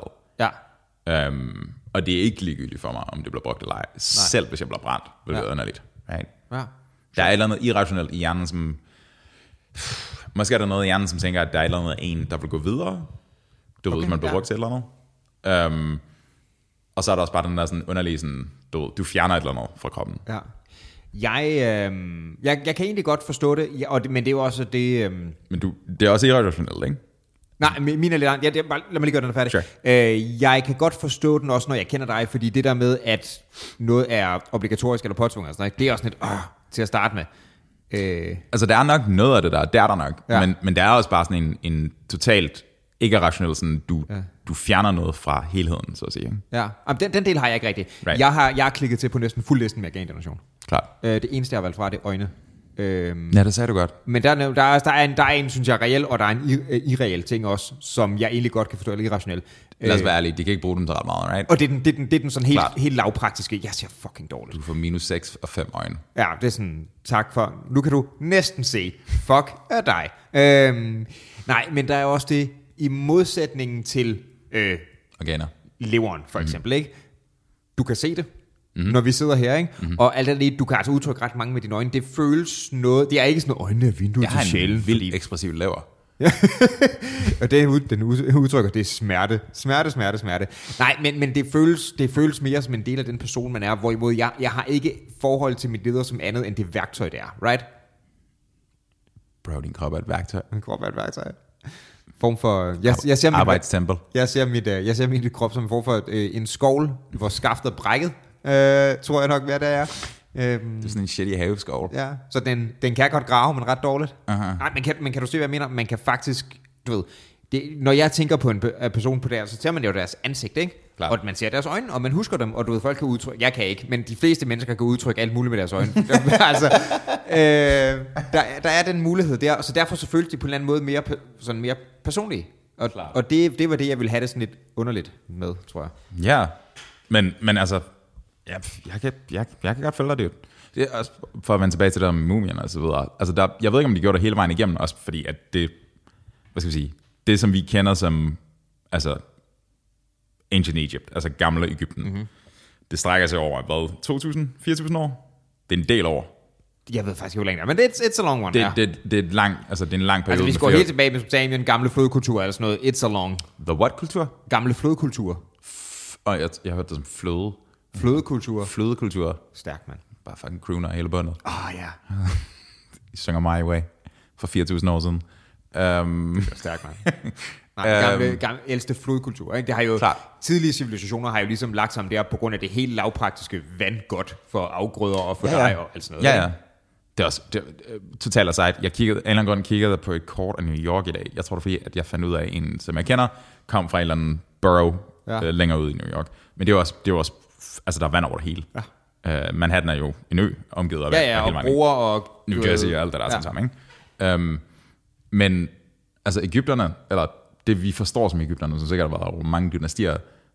Ja. Um, og det er ikke ligegyldigt for mig, om det bliver brugt eller ej. Nej. Selv hvis jeg bliver brændt, vil det være underligt. Right? Ja. Der er et eller andet irrationelt i hjernen, som... Måske er der noget i hjernen, som tænker, at der er et eller andet en, der vil gå videre. Du okay, ved, hvis man bliver brugt til et eller andet. Um, og så er der også bare den der sådan underlige, sådan, du, du fjerner et eller andet fra kroppen. Ja. Jeg, øh, jeg, jeg kan egentlig godt forstå det, ja, og det, men det er jo også det... Øh... Men du, det er også irrationelt, ikke? Nej, min er lidt andet. Ja, det, bare, lad mig lige gøre den færdig. Sure. Øh, jeg kan godt forstå den også, når jeg kender dig, fordi det der med, at noget er obligatorisk eller påtvunget, sådan, det er også lidt øh, til at starte med. Øh. Altså, der er nok noget af det der, der er der nok, ja. men, men der er også bare sådan en, en totalt ikke-rationel, sådan, du, ja. du fjerner noget fra helheden, så at sige. Ikke? Ja, Jamen, den, den del har jeg ikke rigtig. Right. Jeg har jeg har klikket til på næsten fuld listen med organdonation. Klart. Øh, det eneste, jeg har valgt fra, det er øjne. Øhm, ja, det sagde du godt. Men der, der, er, der, er en, der er en, synes jeg, reel, og der er en irreel ting også, som jeg egentlig godt kan forstå, eller irrationel. Lad os være ærlige, de kan ikke bruge dem til ret meget, right? Og det er den, det er den, det er den sådan helt, helt lavpraktiske, jeg ser fucking dårligt. Du får minus seks og fem øjne. Ja, det er sådan, tak for, nu kan du næsten se, fuck er dig. Øhm, nej, men der er også det, i modsætningen til øh, organer. Leveren, for eksempel, mm. ikke? Du kan se det. Mm-hmm. Når vi sidder her, ikke? Mm-hmm. Og alt det, du kan altså udtrykke ret mange med dine øjne. Det føles noget. Det er ikke sådan, øjnene er vinduet til sjælen. Jeg har en vildt ekspressiv lever. Og det, den udtrykker, det er smerte. Smerte, smerte, smerte. Nej, men, men det, føles, det føles mere som en del af den person, man er, hvorimod jeg, jeg har ikke forhold til mit leder som andet, end det værktøj, det er. Right? Bro, din krop er et værktøj. Min krop er et værktøj. Form for... Jeg, jeg ser mit, arbejdstempel. Jeg ser mit, jeg ser mit krop som en form for øh, en skovl, hvor skaftet er brækket, øh, tror jeg nok, hvad det er. Øhm, det er sådan en shitty haveskovl. Ja, så den, den kan godt grave, men ret dårligt. Uh-huh. Nej, men kan, men kan du se, hvad jeg mener? Man kan faktisk, du ved, det, når jeg tænker på en person på der, så ser man jo deres ansigt, ikke? Klar. Og man ser deres øjne, og man husker dem, og du ved, folk kan udtrykke, jeg kan ikke, men de fleste mennesker kan udtrykke alt muligt med deres øjne. altså, øh, der, der er den mulighed der, og så derfor så føles de på en eller anden måde mere, sådan mere personlige. Og, og det, det var det, jeg ville have det sådan lidt underligt med, tror jeg. Ja, men, men altså, jeg, jeg, kan, jeg, jeg kan godt følge dig det. Det er også for at vende tilbage til det med mumien og så videre. Altså, der, jeg ved ikke, om de gjorde det hele vejen igennem, også fordi at det, hvad skal vi sige, det som vi kender som, altså, Ancient Egypt, altså gamle Egypten, mm-hmm. det strækker sig over, hvad, to tusind, fire tusind år? Det er en del år. Jeg ved faktisk ikke, hvor længe det er, men it's, it's a long one. Det, ja. det, det, er et lang, altså, det er en lang periode. Altså, vi skal gå helt tilbage med Mesopotamien, gamle flodkultur eller sådan noget. It's a long. The what-kultur? Gamle flodkultur. Og jeg, jeg hørte det som fløde. Flødekultur. Flødekultur. Stærkt, mand. Bare fucking crooner hele bundet. Åh, oh, ja. I synger My Way for fire tusind år siden. Um, det er stærkt, mand. Nej, gamle, gamle, ældste flodkultur, ikke? Det har jo, klar. Tidlige civilisationer har jo ligesom lagt sig om der på grund af det helt lavpraktiske vand godt for afgrøder og for ja, ja. og alt sådan noget. Ja, ja. Det er også det er, totalt aside. Jeg kiggede, en eller anden grund kiggede på et kort af New York i dag. Jeg tror det er fordi, at jeg fandt ud af en, som jeg kender, kom fra en eller anden borough ja. øh, længere ude i New York. Men det er også, det er også, altså der er vand over det hele. Ja. Uh, Manhattan er jo en ø, omgivet af ja, ja, vand. Ja, og broer og... New Jersey og alt det der ja. sammen, ikke? Um, men altså Egypterne, eller det vi forstår som Egypterne, som sikkert har været mange dynastier,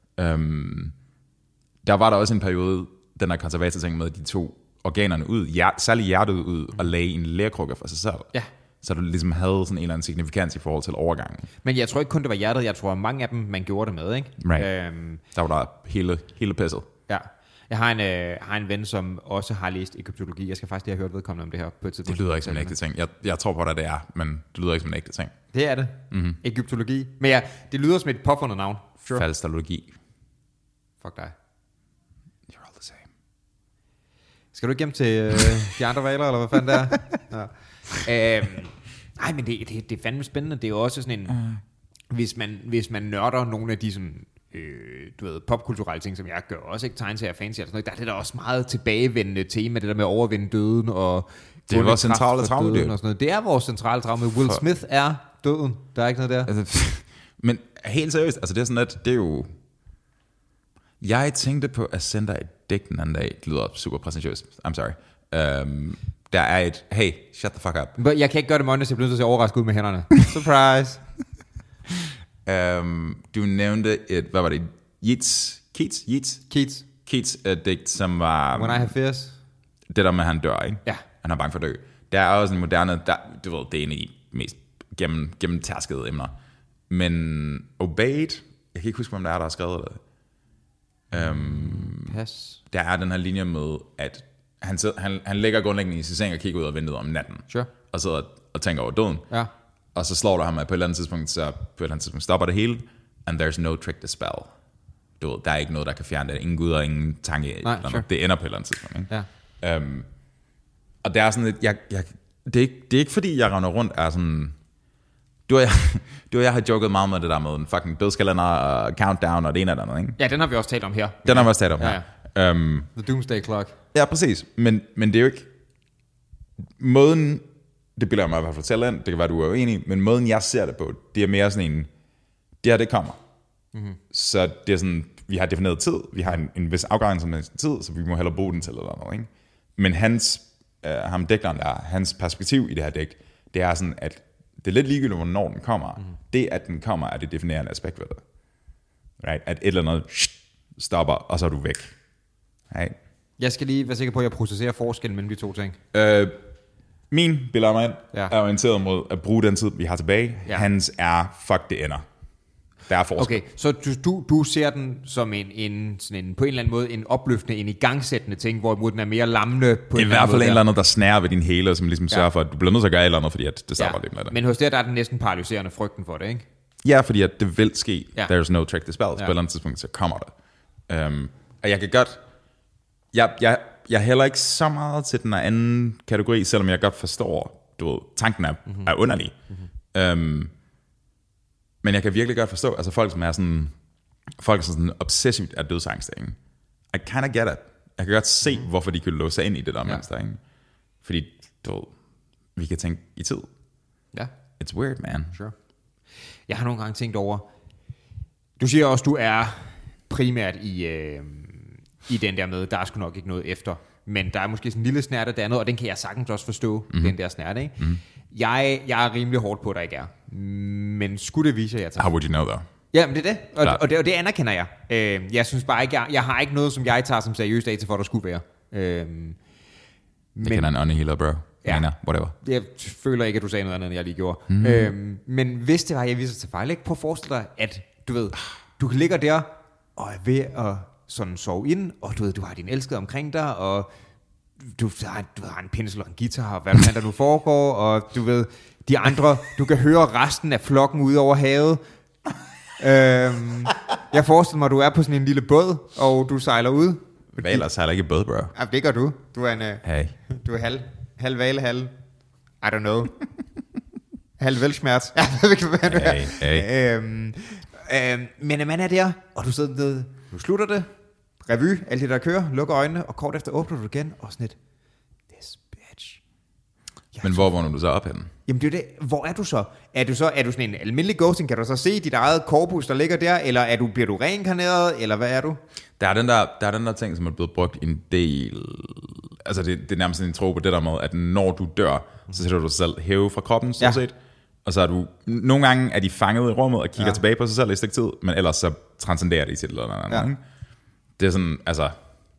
um, der var der også en periode, den der konservatorting med, de to organerne ud, hjert, særligt hjertet ud, og lagde en lerkrukke for sig selv. Ja. Så du ligesom havde sådan en eller anden signifikans i forhold til overgangen. Men jeg tror ikke kun det var hjertet, jeg tror mange af dem, man gjorde det med, ikke? Right. Um, der var der hele, hele pisset. Ja. Jeg har en, øh, har en ven, som også har læst egyptologi. Jeg skal faktisk lige have hørt vedkommende om det her på et tidspunkt. Det lyder ikke som en ægte ting. Jeg, jeg tror på, at det er, men det lyder ikke som en ægte ting. Det er det. Mm-hmm. Egyptologi. Men ja, det lyder som et påfundet navn. Sure. Falstologi. Fuck dig. You're all the same. Skal du ikke hjem til øh, de andre valer, eller hvad fanden det er? Ja. Øhm, nej, men det, det, det er fandme spændende. Det er jo også sådan en... Uh. Hvis, man, hvis man nørder nogle af de sådan... Øh, du ved, popkulturelle ting, som jeg gør, også ikke tegneserier, fancy og sådan noget, der er det der også meget tilbagevendende tema, det der med at overvinde døden, og det er vores centrale traume, og sådan noget. Det er vores centrale traume. Will For... Smith er døden. Der er ikke noget der. Altså, men helt seriøst, altså det er sådan, at det er jo... Jeg tænkte på at sende dig et digt den anden dag. Det lyder super præsentøst. I'm sorry. Um, der er et, hey, shut the fuck up. Jeg kan ikke gøre det måned, så jeg bliver nødt til at se overrasket ud med hænderne. Surprise. Um, du nævnte et, hvad var det? Yeats? Keats? Yeats? Keats. Keats uh, digt, som var... When I Have Fears. Det der med, at han dør, ikke? Ja. Han er bange for at dø. Der er også en moderne... Der, du ved, det er en af de mest gennem, gennemtærskede emner. Men Obeyed... Jeg kan ikke huske, hvem der er, der har skrevet det. Um, Pas. Der er den her linje med, at han, sidder, han, han ligger grundlæggende i sin seng og kigger ud af vinduet om natten. Sure. Og sidder og tænker over døden. Ja. Og så slår der ham, at på et eller andet tidspunkt, så på et eller andet tidspunkt stopper det hele, and there's no trick to spell. Du ved, der er ikke noget, der kan fjerne det. Ingen gud og ingen tanke. Nej, sure. Det ender på et eller andet tidspunkt. Ikke? Ja. Um, og det er sådan lidt, jeg, jeg, det, er ikke, det er ikke fordi, jeg render rundt er sådan... Du og, jeg, du og jeg har joket meget med det der med en fucking dødskalender og countdown og det ene og det andet, ikke? Ja, den har vi også talt om her. Den har vi også talt om ja, her. Ja. Um, The Doomsday Clock. Ja, præcis. Men, men det er jo ikke... Måden... Det bilder jeg mig i hvert fald selv ind, det kan være, du er uenig, men måden jeg ser det på, det er mere sådan en, det her det kommer. Mm-hmm. Så det er sådan, vi har defineret tid, vi har en, en vis afgrænsning med tid, så vi må hellere bruge den til eller noget, ikke? Men hans, øh, ham dækkeren der, hans perspektiv i det her dæk, det er sådan, at det er lidt ligegyldigt, hvornår den kommer. Mm-hmm. Det, at den kommer, er det definerende aspekt ved det. Right? At et eller andet stopper, og så er du væk. Right? Jeg skal lige være sikker på, at jeg processerer forskellen mellem de to ting. Øh, Min billedmand ja. er orienteret mod at bruge den tid, vi har tilbage. Ja. Hans er, fuck det ender. Der er forskel. Okay, så du, du, du ser den som en, en, sådan en, på en eller anden måde, en opløftende, en igangsættende ting, hvorimod den er mere lammende på en I hvert fald en måde, eller anden, der snærer ved din hæle, som ligesom sørger Ja. for, at du bliver nødt til at gøre et eller andet, fordi at det starter ja. lidt med det. Men hos dig, der er den næsten paralyserende frygten for det, ikke? Ja, fordi at det vil ske. Ja. There's no trick to spells. Ja. På et eller andet tidspunkt, så kommer det. Um, og jeg kan godt... Jeg, jeg, jeg hælder ikke så meget til den anden kategori, selvom jeg godt forstår, du ved, tanken er, mm-hmm. er underlig. Mm-hmm. Um, men jeg kan virkelig godt forstå, altså folk, som er sådan... Folk, som er sådan obsessivt af dødsangst, ikke? I kinda get it. Jeg kan godt se, mm-hmm. hvorfor de kan låse sig ind i det der ja. mønster, ikke? Fordi, du ved, vi kan tænke i tid. Ja. It's weird, man. Sure. Jeg har nogle gange tænkt over, du siger også, du er primært i, øh, i den der med, der er sgu nok ikke noget efter, men der er måske sådan en lille snærte der andet, og den kan jeg sagtens også forstå, mm-hmm. den der snærte, ikke? Mm-hmm. Jeg, jeg er rimelig hårdt på, at der ikke er, men skulle det vise, at jeg tager... How would you know, though? Ja, men det er det, og, og, det, og det anerkender jeg. Øh, jeg synes bare ikke, jeg, jeg har ikke noget, som jeg tager som seriøst data for, at der skulle være. Øh, men, jeg kender en åndehealer, bro. Ja. Mener, whatever. Jeg føler ikke, at du sagde noget andet, end jeg lige gjorde. Mm. Øhm, men hvis det var, jeg viser til fejl, ikke? Prøv at forestille dig, at du ved, du ligger der og er ved at sådan sove ind, og du ved, du har din elskede omkring dig, og du har, du har en pensel og en guitar, og hvad der nu foregår, og du ved, de andre, du kan høre resten af flokken ud over havet. øhm, jeg forestiller mig, at du er på sådan en lille båd, og du sejler ud. Valer sejler ikke i båd, bro. Ja, det gør du. Du er en... Hey. Du er halv... Halv vale, halv... I don't know. halv velsmert. Jeg ved ikke, hvad du er. Hey, hey. Øhm, øhm, men man er der, og du sidder ned, du slutter det, revy, alt det der kører, lukker øjnene, og kort efter åbner du igen, og sådan et, this bitch. Jeg Men hvor vågner du så op henne? Jamen det er det. Hvor er du så? Er du så er du sådan en almindelig ghosting? Kan du så se dit eget korpus, der ligger der? Eller er du, bliver du reinkarneret? Eller hvad er du? Der er den der, der, er den der ting, som er blevet brugt en del... Altså det, det er nærmest en tro på det der med, at når du dør, så sætter du dig selv hæve fra kroppen, så ja. set. Og så er du... Nogle gange er de fanget i rummet og kigger ja. tilbage på sig selv i et stykke tid, men ellers så transcenderer de til et eller andet. Ja. Det er sådan, altså...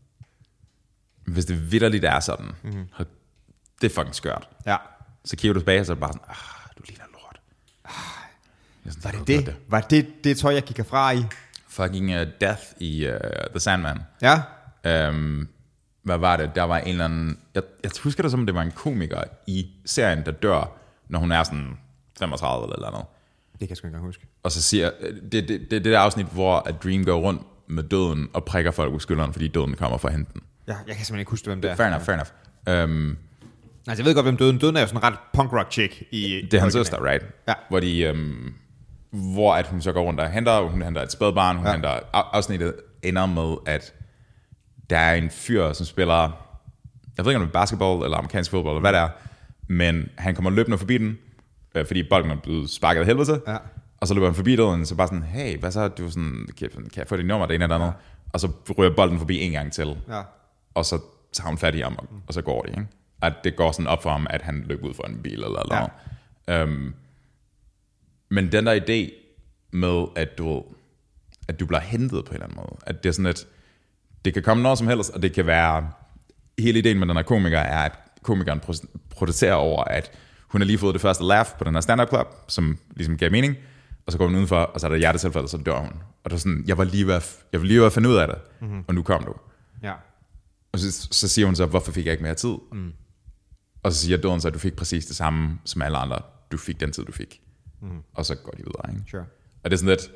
Hvis det vitterligt er sådan, mm-hmm. det er fucking skørt. Ja. Så kigger du tilbage, og så er det bare sådan, ah, du ligner lort. Ah, sådan, var det det? det? Var det det tøj, jeg kigger fra i? Fucking uh, Death i uh, The Sandman. Ja. Um, hvad var det? Der var en eller anden... Jeg, jeg husker det som, det var en komiker i serien, der dør, når hun er sådan femogtredive eller eller andet. Det kan jeg sgu ikke engang huske. Og så siger... Det, det, det, det der afsnit, hvor at Dream går rundt med døden og prikker folk ud skulderen, fordi døden kommer fra henten. Ja, jeg kan simpelthen ikke huske, hvem det er. Fair enough, fair enough. Um, altså, jeg ved godt, hvem døden... Døden er jo sådan en ret punk rock chick i... Det er hans søster, right? Ja. Hvor de... Um, hvor at hun så går rundt og henter, hun henter et spædbarn, hun ja. henter... Afsnittet ender med, at der er en fyr, som spiller... Jeg ved ikke, om det er basketball eller amerikansk fodbold, eller hvad det er, men han kommer løbende forbi den, fordi bolden er blevet sparket af helvede til, ja. Og så løber han forbi døden, så bare sådan, hey, hvad så? Du sådan, kan jeg få dit nummer, det ene eller andet? Ja. Og så ryger bolden forbi en gang til, ja. Og så tager hun fat i ham, og, og så går det, ikke? At det går sådan op for ham, at han løber ud fra en bil eller noget. Ja. Um, men den der idé med, at du, at du bliver hentet på en eller anden måde, at det er sådan, at det kan komme noget som helst, og det kan være... Hele ideen med den her komiker er, at komikeren protesterer over, at hun har lige fået det første laugh på den her stand-up club, som ligesom gav mening, og så går hun udenfor, og så er der hjertetilfælde, og så dør hun. Og det er sådan, jeg var lige ved at, jeg var lige ved at finde ud af det, mm-hmm. og nu kom du. Ja. Og så, så siger hun så, hvorfor fik jeg ikke mere tid? Mm. Og så siger døden så, at du fik præcis det samme som alle andre. Du fik den tid, du fik. Mm. Og så går de videre, ikke? Sure. Og det er sådan lidt...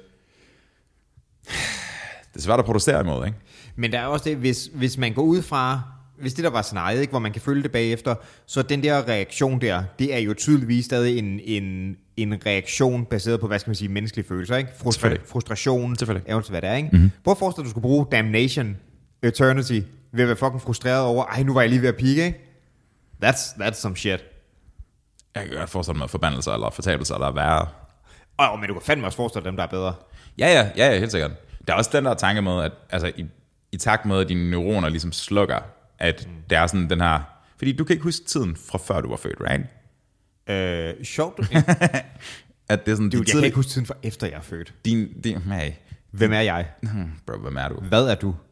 Det er svært at protestere imod, ikke? Men der er også det, hvis, hvis man går ud fra... Hvis det der var scenariet, ikke, hvor man kan følge det bagefter, så den der reaktion der, det er jo tydeligvis stadig en, en, en reaktion baseret på, hvad skal man sige, menneskelige følelser, ikke? Frustra- frustration, eventuelt hvad det er, ikke? Mm-hmm. Prøv at forestille dig, at du skulle bruge Damnation Eternity ved at være fucking frustreret over, ej, nu var jeg lige ved at pike, ikke? That's, that's some shit. Jeg kan godt forestille mig forbandelser eller fortabelser, der er værre. Åh, men du kan fandme også forestille dem, der er bedre. Ja, ja, ja, ja, helt sikkert. Der er også den der tanke med, at altså, i, i takt med, at dine neuroner ligesom slukker, at mm. der er sådan den her... Fordi du kan ikke huske tiden fra før du var født, right? Øh, sjovt. At det er sådan... Dude, jeg tid... kan ikke huske tiden fra efter jeg er født. Din... din hey. Hvem er jeg? Bro, hvem er du? Hvad er du?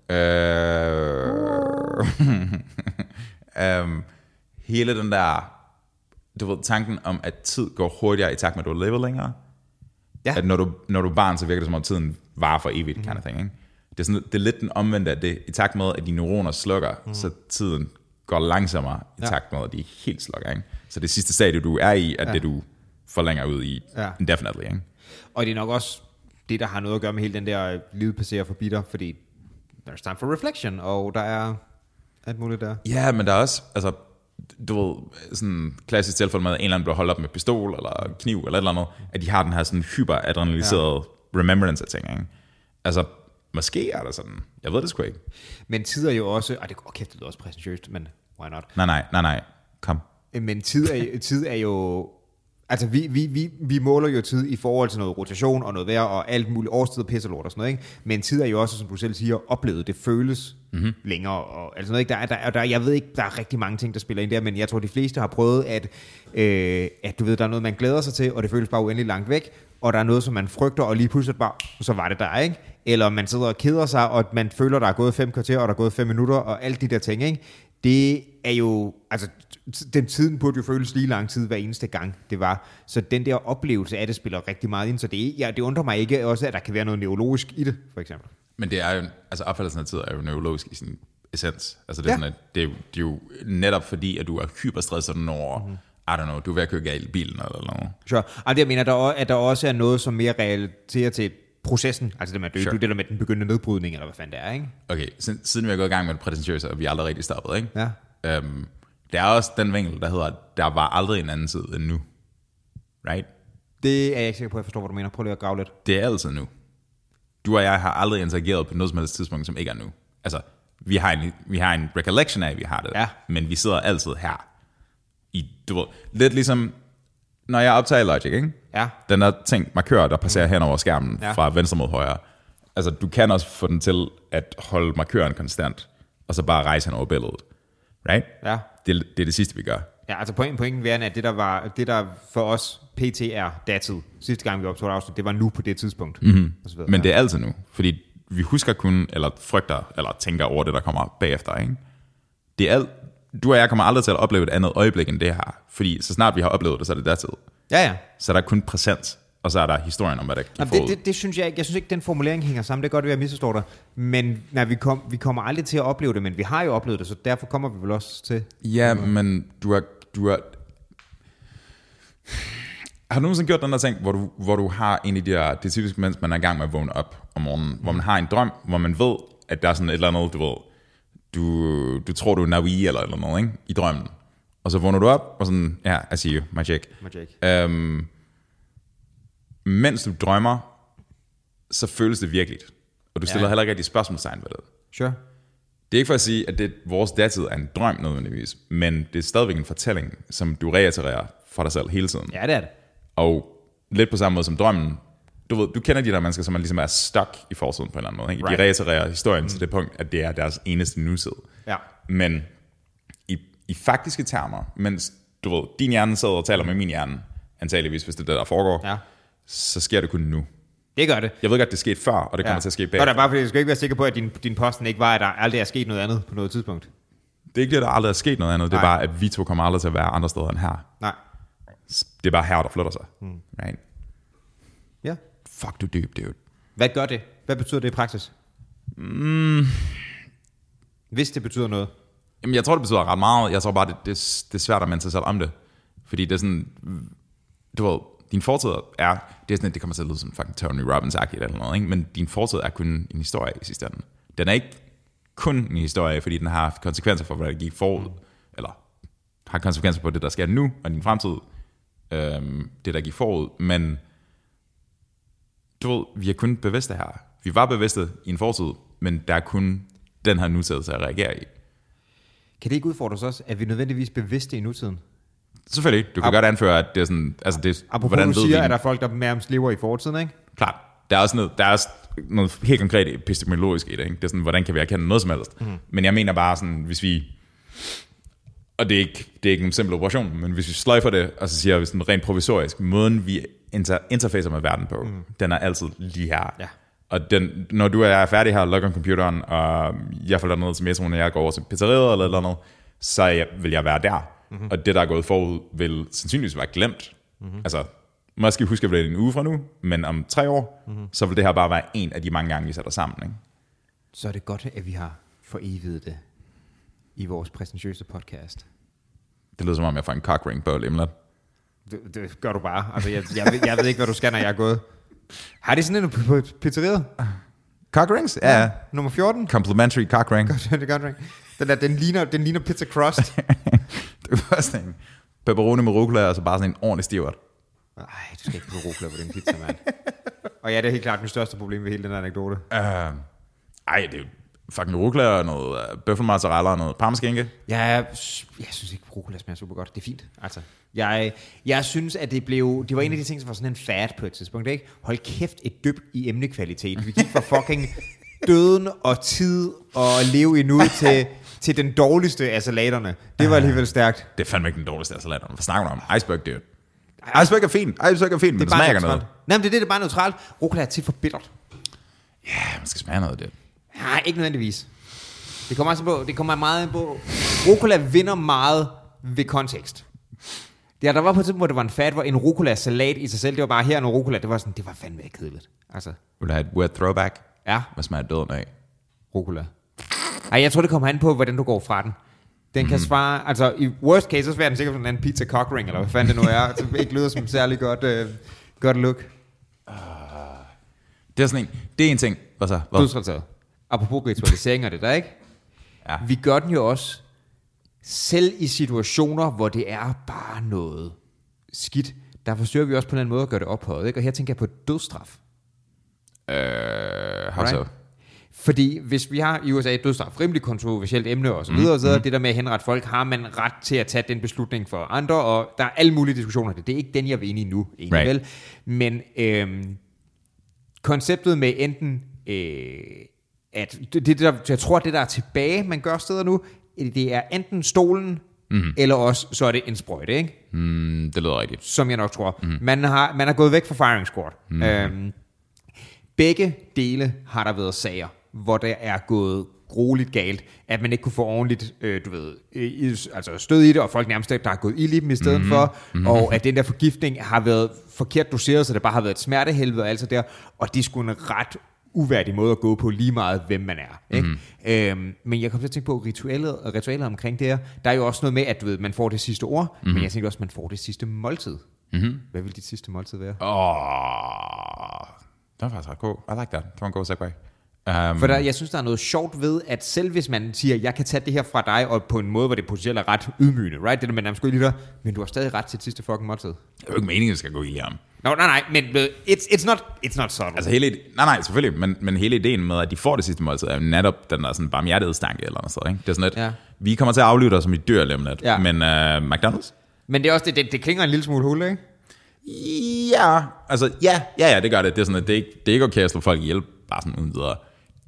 Øh... um, hele den der... Du ved, tanken om, at tid går hurtigere i takt med, at du lever længere. Ja. At når du, når du er barn, så virker det som om tiden varer for evigt, mm. kind of thing, ikke? Det er, sådan, det er lidt den omvendte af det, i takt med, at de neuroner slukker, mm. så tiden går langsommere, i takt med, at de helt slukker, ikke? Så det sidste stadie, du er i, er ja. det, du forlænger ud i, ja. indefinitely, ikke? Og det er nok også det, der har noget at gøre med hele den der, livet passerer forbi dig, fordi there's time for reflection, og der er alt muligt der. Ja, men der er også, altså, du ved, sådan klassisk tilfælde med, at en eller anden bliver holdt op med pistol, eller kniv, eller et eller andet, at de har den her sådan hyperadrenaliserede ja. remembrance af ting, ikke? Altså, måske er der sådan, jeg ved det sgu ikke. Men tid er jo også, og det går kæft, det lyder også præsentøst, men why not? Nej, nej, nej, nej, kom. Men tid er, tid er jo, altså vi, vi, vi, vi måler jo tid i forhold til noget rotation og noget vejr og alt muligt årstid og pisselort og sådan noget, ikke? Men tid er jo også, som du selv siger, oplevet. Det føles mm-hmm. længere. Og, altså noget, ikke? Der, er, der, er, der, jeg ved ikke, der er rigtig mange ting, der spiller ind der, men jeg tror, de fleste har prøvet, at, øh, at du ved, der er noget, man glæder sig til, og det føles bare uendeligt langt væk, og der er noget, som man frygter, og lige pludselig bare, så var det der, ikke? Eller man sidder og keder sig, og man føler, der er gået fem kvarter, og der er gået fem minutter, og alt de der ting, ikke? Det er jo, altså, den tiden burde jo føles lige lang tid hver eneste gang, det var. Så den der oplevelse af det spiller rigtig meget ind, så det, ja, det undrer mig ikke også, at der kan være noget neurologisk i det, for eksempel. Men det er jo, altså opfattelsen af tid er jo neurologisk i sin essens. Altså det er, ja. sådan, at det, er jo, det er jo netop fordi, at du er hyperstresset når, mm-hmm. I don't know, du er ved at køre galt i bilen eller noget. Sure. Og det jeg mener, der, at der også er noget, som mere relaterer til processen, altså det med at dø, sure. det der med den begyndende nedbrydning, eller hvad fanden det er, ikke? Okay, siden vi er gået i gang med det prætentiøse, og vi er aldrig rigtig stoppet, ikke? Ja. Um, der er også den vinkel, der hedder, der var aldrig en anden tid end nu. Right? Det er jeg ikke sikker på, at jeg forstår, hvad du mener. Prøv lige at grave lidt. Det er altid nu. Du og jeg har aldrig interageret på noget som helst tidspunkt, som ikke er nu. Altså, vi har en, vi har en recollection af, at vi har det, ja. men vi sidder altid her. I, du ved, lidt ligesom, når jeg optager Logic, ikke? Ja. Den der ting, markør, der passerer mm. hen over skærmen ja. fra venstre mod højre. Altså, du kan også få den til at holde markøren konstant, og så bare rejse hen over billedet. Right? Ja. Det, det er det sidste, vi gør. Ja, altså pointen, pointen værende, at det der, var, det der for os P T er datid, sidste gang vi optog et afsnit, det var nu på det tidspunkt. Mm-hmm. Men det er altid nu, fordi vi husker kun, eller frygter, eller tænker over det, der kommer bagefter. Ikke? Det er alt, du og jeg kommer aldrig til at opleve et andet øjeblik end det her, fordi så snart vi har oplevet det, så er det datid. Ja, ja. Så er der kun præsent, og så er der historien om, hvad der kan det, det, det synes jeg ikke. Jeg synes ikke, den formulering hænger sammen. Det er godt, at jeg misforstår dig. Men nej, vi, kom, vi kommer aldrig til at opleve det, men vi har jo oplevet det, så derfor kommer vi vel også til. Ja, men du har... Du har Har du nogensinde gjort den der ting, hvor du, hvor du har en af de der, det typisk, mens man er i gang med at vågne op om morgenen, mm. hvor man har en drøm, hvor man ved, at der er sådan et eller andet, du ved, du, du tror, du er Navi eller eller noget, ikke? I drømmen. Og så vågner du op, og sådan, ja, I see you, my chick. My chick. Um, mens du drømmer, så føles det virkeligt. Og du stiller ja. heller ikke rigtig spørgsmålstegn ved det. Sure. Det er ikke for at sige, at det, vores datid er en drøm nødvendigvis, men det er stadigvæk en fortælling, som du reitererer for dig selv hele tiden. Ja, det er det. Og lidt på samme måde som drømmen, du ved, du kender de der mennesker, som man ligesom er stuck i fortiden på en eller anden måde. Ikke? Right. De reitererer historien mm. til det punkt, at det er deres eneste nutid. Ja. Men i, i faktiske termer, mens du ved, din hjerne sidder og taler med min hjerne, antageligvis, hvis det er det, der foregår, ja. så sker det kun nu. Det gør det. Jeg ved godt, det skete før, og det kommer ja. til at ske bagefter. Godt, bare fordi jeg skal ikke være sikker på, at din, din posten ikke var, at der aldrig er sket noget andet på noget tidspunkt. Det er ikke det, der aldrig er sket noget andet. Nej. Det er bare, at vi to kommer aldrig til at være andre steder end her. Nej. Det er bare her, der flytter sig. Hmm. Right? Ja. Fuck, du er dyb, dude. Hvad gør det? Hvad betyder det i praksis? Mm. Hvis det betyder noget. Jamen, jeg tror, det betyder ret meget. Jeg tror bare, det, det, det er svært at minde sig selv om det. Fordi det er sådan, du ved, din fortid er, det er sådan, det kommer til at lyde som fucking Tony Robbins-agtigt eller noget, ikke? Men din fortid er kun en historie i sidste ende. Den er ikke kun en historie, fordi den har haft konsekvenser for, hvad der gik forud, mm. eller har konsekvenser på det, der sker nu, og din fremtid, øhm, det, der gik forud. Men du ved, vi er kun bevidste her. Vi var bevidste i en fortid, men der er kun den her nutid til at reagere i. Kan det ikke udfordre os også, at vi nødvendigvis bevidste i nutiden? Selvfølgelig. Du kan Ap- godt anføre, at det er sådan... Altså det, apropos, hvordan du siger, at der er folk, der nærmest lever i fortiden, ikke? Klart. Der er også noget, der er også noget helt konkret epistemologisk i det, ikke? Det er sådan, hvordan kan vi erkende noget som helst? Mm. Men jeg mener bare sådan, hvis vi... Og det er ikke, det er ikke en simpel operation, men hvis vi sløjfer det, og så siger vi sådan rent provisorisk, måden vi inter, interfacer med verden på, mm. den er altid lige her. Ja. Og den, når du og jeg er færdige her og logger computeren, og jeg falder ned til metroen, og jeg går over til pizzeriet eller eller andet, så jeg, vil jeg være der. Mm-hmm. Og det, der er gået forud, vil sandsynligvis være glemt. Mm-hmm. Altså, måske husker vi det en uge fra nu, men om tre år, mm-hmm. så vil det her bare være en af de mange gange, vi sætter sammen. Ikke? Så er det godt, at vi har foreviget det i vores præsentiøse podcast. Det lyder som om, jeg får en cockring på lidt. Det, det gør du bare. Altså, jeg, jeg, jeg, jeg ved ikke, hvad du skal, når jeg er gået. Har de sådan en på pizzeriet? Cock rings? Ja. Yeah. Nummer fjorten? Complimentary cock ring. Den, der, den, ligner, den ligner pizza crust. Det var sådan en pepperoni med rucola, og så bare sådan en ordentlig stivert. Nej, du skal ikke bruge rucola på den pizza, mand. Og ja, det er helt klart mit største problem ved hele den anekdote. Uh, ej, det er jo fucking rucola og noget uh, bøffelmozzarella og noget parmeskinke. Ja, jeg, jeg synes ikke, rucola smager super godt. Det er fint, altså. Jeg, jeg synes, at det blev... Det var en af de ting, som var sådan en fad på et tidspunkt, ikke? Hold kæft, et dyb i emnekvalitet. Vi gik fra fucking døden og tid og leve i nu til, til den dårligste af salaterne. Det var alligevel stærkt. Det er fandme ikke den dårligste af salaterne. Hvad snakker du om? Iceberg, dude. Iceberg er fint. Iceberg er fint, men det, det smager ikke noget. Nej, men det er det, det er bare neutralt. Rucola er tit for bittert. Ja, yeah, man skal smage noget af det. Nej, ikke nødvendigvis. Det kommer altså på, det kommer meget på. Rucola vinder meget ved kontekst. Ja, der var på et tidspunkt, hvor det var en fat, hvor en rucola-salat i sig selv, det var bare her en rucola, det var sådan, det var fandme kedeligt. Altså. Vil du have et weird throwback? Ja. Hvad smager døden af? Rucola. Ej, jeg tror, det kommer an på, hvordan du går fra den. Den kan mm. svare, altså i worst case, så smager den sikkert sådan en pizza cock ring, eller hvad fanden det nu er. Så det ikke lyder som særlig godt, øh, godt look. Uh, det er sådan en, det er en ting. Hvad så? Dødsrelateret. Apropos ritualisering og det der, ikke? Ja. Vi gør den jo også selv i situationer, hvor det er bare noget skidt. Der forsøger vi også på en eller anden måde at gøre det ophøjet, ikke? Og her tænker jeg på dødsstraf. Øh, how right? So? Fordi hvis vi har i U S A dødsstraf, rimelig kontroversielt emne og så videre, mm. så mm. det der med at henrette folk, har man ret til at tage den beslutning for andre, og der er alle mulige diskussioner. Det er ikke den, jeg vil ind i nu, egentlig right. vel. Men øhm, konceptet med enten, øh, at det, det der, jeg tror, det der er tilbage, man gør steder nu, det er enten stolen, mm. eller også, så er det en sprøjte, ikke? Mm, det lyder rigtigt. Som jeg nok tror. Mm. Man, har, man har gået væk fra firing squad. Mm. Øhm, begge dele har der været sager, hvor der er gået grueligt galt, at man ikke kunne få ordentligt, øh, du ved, i, altså stød i det, og folk nærmest der har gået ild i dem i stedet mm-hmm. for, mm-hmm. og at den der forgiftning har været forkert doseret, så det bare har været et smertehelvede og alt det der, og det skulle en ret uværdig måde at gå på, lige meget hvem man er. Ikke? Mm-hmm. Øhm, men jeg kom til at tænke på ritualet, ritualet omkring det her. Der er jo også noget med, at du ved, man får det sidste ord, mm-hmm. men jeg tænker også, at man får det sidste måltid. Mm-hmm. Hvad vil dit sidste måltid være? Åh, oh, det var faktisk ret god. I like that. Det var en god segway. Um, For der, jeg synes, der er noget sjovt ved, at selv hvis man siger, jeg kan tage det her fra dig, og på en måde, hvor det potentielt er ret ydmygende, right? Det der med nærmest gå i der, men du har stadig ret til et sidste fucking måltid. Det er jo ikke meningen, at det skal gå i ham. Nå, nej, nej, men it's, it's, not, it's not subtle. Altså hele, nej, nej, selvfølgelig, men, men hele ideen med, at de får det sidste måltid, er jo netop den der sådan barmhjertighedsstanke eller noget sådan, ikke? Det er sådan lidt, ja. Vi kommer til at aflive dig som et dyr lige om lidt, ja. Men uh, McDonald's? Men det er også, det, det, det klinger en lille smule hul, ikke? Ja, altså, ja, ja, ja, det gør det. Det er sådan, at det er ikke, det er ikke okay at slå folk ihjel, bare sådan uden videre.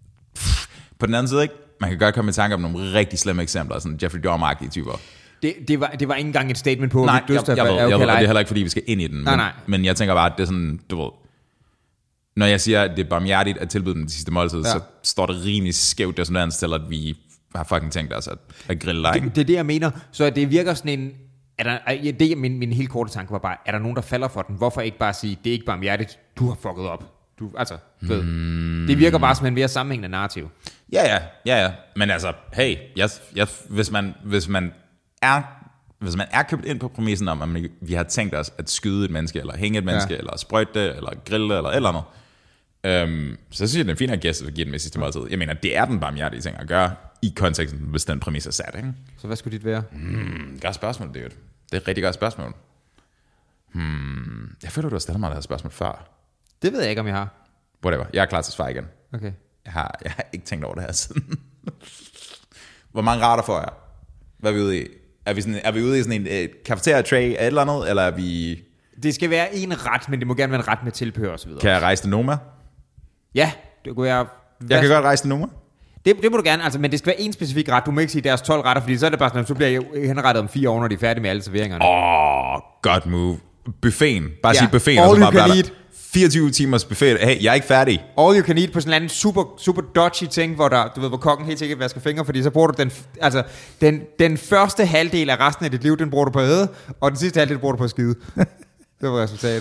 På den anden side, ikke? Man kan godt komme i tanke om nogle rigtig slemme eksempler, sådan Jeffrey Dahmer-agtige typer. Det, det, var, det var ikke engang et statement på, nej, jeg, jeg, jeg, ved, jeg ved, det er heller ikke, fordi vi skal ind i den. Nej, men, nej. men jeg tænker bare, at det er sådan, du ved, når jeg siger, at det er barmhjertigt at tilbyde den de sidste måltid, ja. Så står det rimelig skævt resonans til, at vi har fucking tænkt os at, at grille dig. Det, det er det, jeg mener. Så det virker sådan en... Er der, det, min, min helt korte tanke var bare, er der nogen, der falder for den? Hvorfor ikke bare sige, det er ikke barmhjertigt, du har fucket op? Du, altså, ved, hmm. Det virker bare som en mere sammenhængende narrativ. Ja, ja, ja, ja. Men altså, hey, jeg, jeg, hvis, man, hvis, man er, hvis man er købt ind på præmissen om, at man, vi har tænkt os at skyde et menneske, eller hænge et menneske, ja. Eller sprøjte det, eller grille det, eller et eller andet, øhm, så synes jeg, det er en fin at gæste at give den med sidste måltid. Jeg mener, det er den barmhjertige ting at gøre, i konteksten, hvis den præmis er sat, ikke? Så hvad skulle dit være? Hmm, godt spørgsmål, det er det. Det er et rigtig godt spørgsmål. Hmm, jeg føler, du har stillet mig det her spørgsmål før. Det ved jeg ikke, om jeg har. Whatever, jeg er klar til at svare igen. Okay. Jeg har, jeg har ikke tænkt over det her siden. Hvor mange retter får jeg? Hvad er vi ude i? Er vi, sådan, er vi ude i sådan en uh, cafeteria-tray af et eller andet, eller er vi... Det skal være en ret, men det må gerne være en ret med tilbehør og så videre. Kan jeg rejse til Noma? Ja, det kunne jeg... Jeg kan godt rejse til Noma. Det, det må du gerne, altså, men det skal være en specifik ret. Du må ikke sige deres tolv retter, fordi så er det bare sådan, så bliver jeg henrettet om fire år, når de er færdige med alle serveringerne. Åh, oh, godt move. Buffeten. Bare ja. sige buffeten. All og så you bare can eat. fireogtyve timers buffet. Hey, jeg er ikke færdig. All you can eat på sådan en anden super, super dodgy ting, hvor, der, du ved, hvor kokken helt sikkert vasker fingre, fordi så bruger du den, altså, den, den første halvdel af resten af dit liv, den bruger du på at æde, og den sidste halvdel bruger du på at skide. Det var resultatet.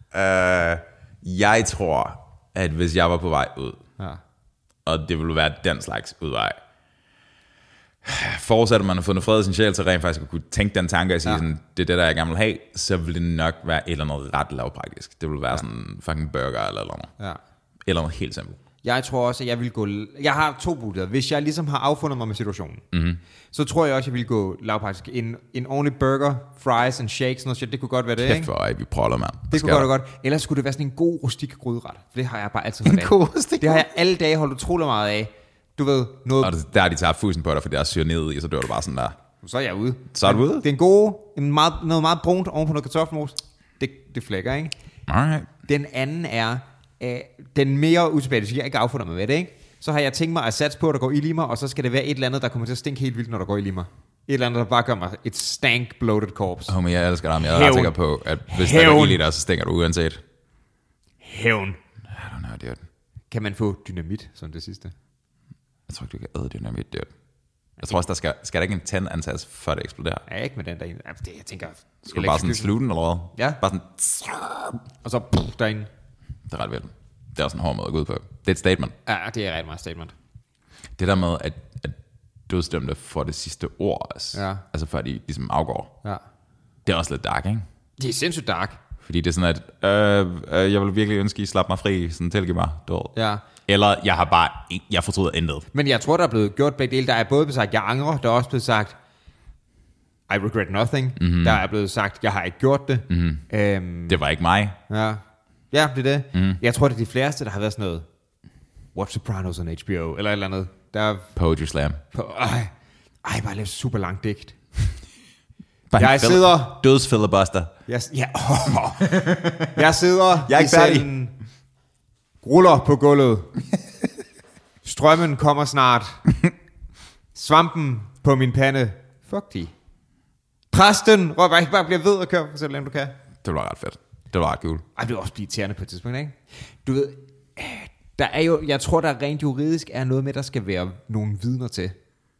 Uh, jeg tror, at hvis jeg var på vej ud, Ja. og det ville være den slags udvej, forudsat at man har fundet fred i sin sjæl, så rent faktisk at kunne tænke den tanke og sige, ja. sådan, det er det, der jeg gerne vil have, så vil det nok være et eller andet ret lavpraktisk. Det vil være ja. sådan fucking burger eller noget. Ja. Eller noget helt simpelt. Jeg tror også, at jeg vil gå... Jeg har to muligheder. Hvis jeg ligesom har affundet mig med situationen, mm-hmm. så tror jeg også, at jeg vil gå lavpraktisk. En, en ordentlig burger, fries and shakes, noget shit, det kunne godt være det, Kæft ikke? for øje, vi prøver, mand. Det kunne godt være godt. Ellers skulle det være sådan en god rustik gryderet. For det har jeg bare altid holdt af. En god rustik. Det har jeg alle dage holdt utrolig meget af. Du ved, noget... Og der er de tager fusen på dig, for det er syre ned i, så dør du bare sådan der. Så er jeg ude. Så er du ude? Det er en god... En meget, noget meget brunt oven på noget kartoffelmos. Det, det flækker, ikke? Alright. Den anden er... Øh, den mere utilbage, jeg ikke affundet mig med det, ikke? Så har jeg tænkt mig at satse på, at der går ild i mig, og så skal det være et eller andet, der kommer til at stinke helt vildt, når der går ild i mig. Et eller andet, der bare gør mig et stank bloated corpse. Homie, jeg elsker dig, men jeg er ret sikker på, at hvis Hævn. der går ild i dig, så stinker du uanset. Hævn. I don't know, dude. Kan man få dynamit som det sidste? Jeg tror ikke, du kan æde dynamit, dude. Jeg tror også, der skal, skal der ikke en tænd ansats, før det eksploderer. Ja, ikke med den der ene. Det, jeg tænker... Skal du bare sådan sluge den, eller hvad? Ja. Bare sådan... Og så puff, derinde. Det er ret vildt. Det er også en hård måde at gå ud på. Det er et statement. Ja, det er ret meget statement. Det der med, at, at dødsdømte får det sidste ord også. Ja. Altså før de ligesom afgår. Ja. Det er også lidt dark, ikke? Det er sindssygt dark. Fordi det er sådan, at øh, øh, jeg vil virkelig ønske, at I slap mig fri. Sådan tilgiv mig. Ja. Eller jeg har bare... Jeg fortryder intet. Men jeg tror, der er blevet gjort begge dele. Der er både blevet sagt, jeg angrer. Der er også blevet sagt, I regret nothing. Mm-hmm. Der er blevet sagt, jeg har ikke gjort det. Mm-hmm. Øhm, Det var ikke mig. Ja, ja det er det. Mm. Jeg tror, det er de fleste, der har været sådan noget, Watch Sopranos on H B O, eller et eller andet. Der er Poetry slam. på, ej, ej, bare lavet super langt digt. Bare Jeg fil- sidder... Dødsfilibuster. Jeg, ja, oh, jeg sidder Jeg er ikke færdig. salen, ruller på gulvet. Strømmen kommer snart. Svampen på min pande. Fuck de. Præsten råber, ikke bare bliver ved og kører, så længe du kan. Det var ret fedt. Det var ret cool. Ej, det vil også blive irriterende på et tidspunkt, ikke? Du ved, der er jo, jeg tror, der rent juridisk er noget med, der skal være nogle vidner til.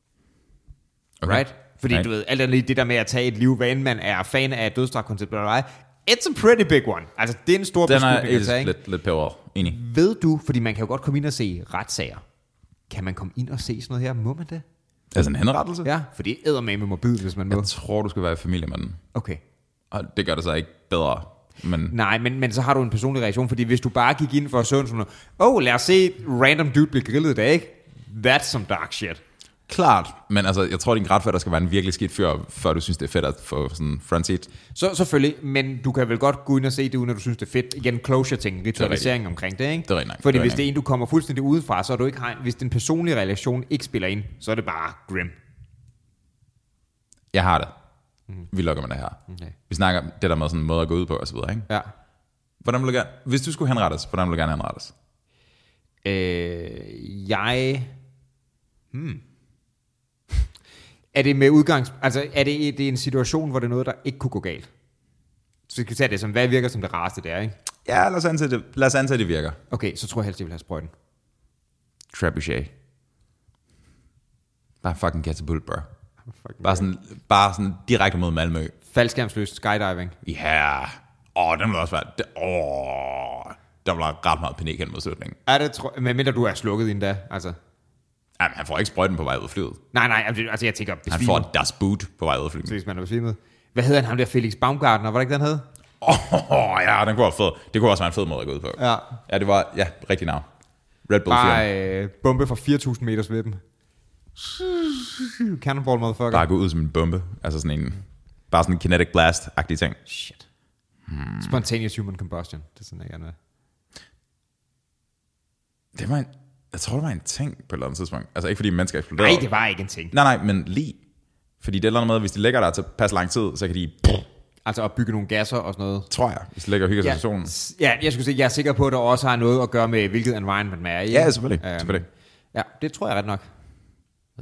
Okay. Right? Fordi Nej. du ved, alt andet det der med at tage et liv, hvad end man er fan af dødsstrafkonceptet eller ej, it's a pretty big one. Altså, det er en stor Den er beslutning at tage, etisk ikke? lidt, lidt pævret. Enig. Ved du, fordi man kan jo godt komme ind og se retssager. Kan man komme ind og se sådan noget her? Må man det? Altså en henrettelse? Ja, for det er eddermame mobil, hvis man må. Jeg tror, du skal være i familie med den. Okay. Og det gør det så ikke bedre. Men Nej, men, men så har du en personlig reaktion, fordi hvis du bare gik ind for at sådan noget, åh, oh, lad os se random dude blive grillet i dag, ikke? That's some dark shit. klart, men altså, jeg tror, din grædfætter skal være en virkelig skidt fyr, før du synes, det er fedt at få sådan front seat. Så selvfølgelig, men du kan vel godt gå ind og se det, uden at du synes, det er fedt. Igen, closure-ting, ritualisering omkring det, ikke? Det er rigtig nok. Fordi det er hvis rigtig det er en, du kommer fuldstændig udefra, så er du ikke har, hvis den personlige relation ikke spiller ind, så er det bare grim. Jeg har det. Mm. Vi lukker med det her. Okay. Vi snakker det der med sådan en måde at gå ud på og så videre, ikke? Ja. Hvordan vil du gerne, hvis du skulle henrettes, hvordan vil du gerne henrettes? Øh, jeg... Hmm. Er det med udgangs... Altså, er det, det er en situation, hvor det er noget, der ikke kunne gå galt? Så vi kan tage det som, hvad virker som det rareste der, ikke? Ja, lad os antage det, lad os antage, det virker. Okay, så tror jeg helst, jeg vil have sprøjten. Trebuchet. Bare fucking katapult, bro. Fucking Bare sådan, bare sådan direkte mod Malmø. Faldskærmsløst skydiving. Ja. Yeah. Åh, oh, den vil også være... det- Åh, oh, der vil være ret meget panik hen mod slutningen. Er det, tro... men mindre du er slukket inden da, altså... Jamen, han får ikke sprøjten på vej ud af flyet. Nej, nej, altså jeg tænker Han får Das Boot på vej ud af flyet. hvis man er besvimet. Hvad hedder han, ham der Felix Baumgartner? Var det ikke, den hed? Åh, oh, ja, den kunne være fed. Det kunne også være en fed måde at gå ud på. Ja. Ja, det var, ja, rigtig navn. Red Bull Bare fire. øh, bombe fra fire tusind meters ved dem. Cannonball, motherfucker. Bare gå ud som en bombe. Altså sådan en, bare sådan en kinetic blast-agtig ting. Shit. Hmm. Spontaneous human combustion. Det er sådan, jeg gerne vil. Det var en, jeg tror, det var en ting på et eller andet tidspunkt. Altså ikke fordi mennesker eksploderede. Nej, det var ikke en ting. Nej, nej, men lige. Fordi det er et eller andet med, hvis de lægger der til pas lang tid, så kan de... Altså opbygge nogle gasser og sådan noget. Tror jeg, hvis de lægger og hygger Ja, situationen. s- ja, jeg skulle sige, jeg er sikker på, at det også har noget at gøre med, hvilket environment man er i. Ja, selvfølgelig. Øhm, selvfølgelig. Ja, det tror jeg ret nok. Øh.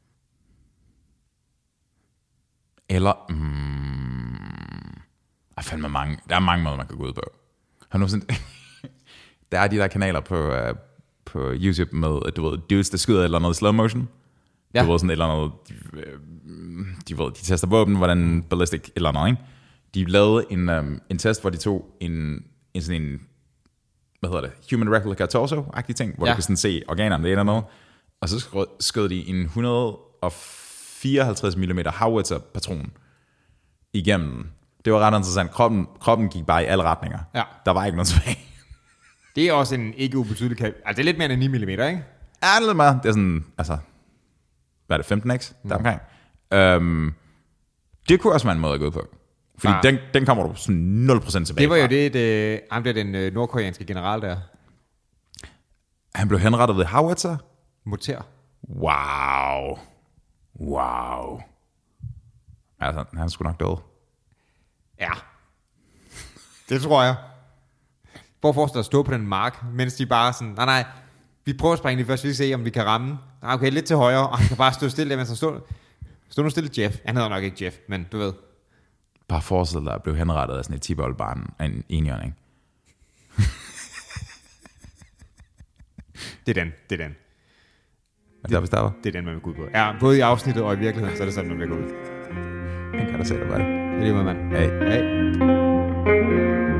Eller... Mm, ej, fandme mange. Der er mange måder, man kan gå ud på. Har du sådan, der er de der kanaler på, uh, på YouTube med, du ved, dudes, der skyder et eller andet i slow motion. Ja. Du ved, sådan et eller andet... De, de, ved, de tester våben, hvordan ballistic et eller andet, ikke? De lavede en, um, en test, hvor de tog en, en sådan en, hvad hedder det, human replica torso-agtig ting, hvor ja. du kan sådan se organerne, det ene og noget. Og så skød de en et hundrede og fireoghalvtreds millimeter howitzer-patron igennem. Det var ret interessant. Kroppen, kroppen gik bare i alle retninger. Ja. Der var ikke noget tilbage. Det er også en ikke ubetydelig kab. Altså, det er lidt mere end ni millimeter, ikke? Ja, det er lidt mere. Det er sådan, altså, hvad er det, femten x? Mm. Der omkring. Um, det kunne også være en måde at gå ud på. Fordi ah. den, den kommer du sådan nul procent tilbage. Det var fra. jo det, det ham der den øh, nordkoreanske general der. Han blev henrettet ved howitzer? Morter. Wow. Wow. Altså, han skulle nok døde. Ja. Det tror jeg. Prøv at forestille dig at stå på den mark, mens de bare sådan, nej nej, vi prøver at springe det først, vi se om vi kan ramme. Okay, lidt til højre, og han kan bare stå stille der, mens han står. Stå nu stille, Jeff. Han hedder nok ikke Jeff, men du ved. Bare forestil dig at blive henrettet af sådan et ti-boldbarn af en enhjørning. Det er den, det er den. Er det der, vi starter? Det er den, man vil gå ud på. Ja, både i afsnittet og i virkeligheden, så er det sådan, man vil gå ud. Han kan da se dig, bare. Det er det, man. Hej. Hej.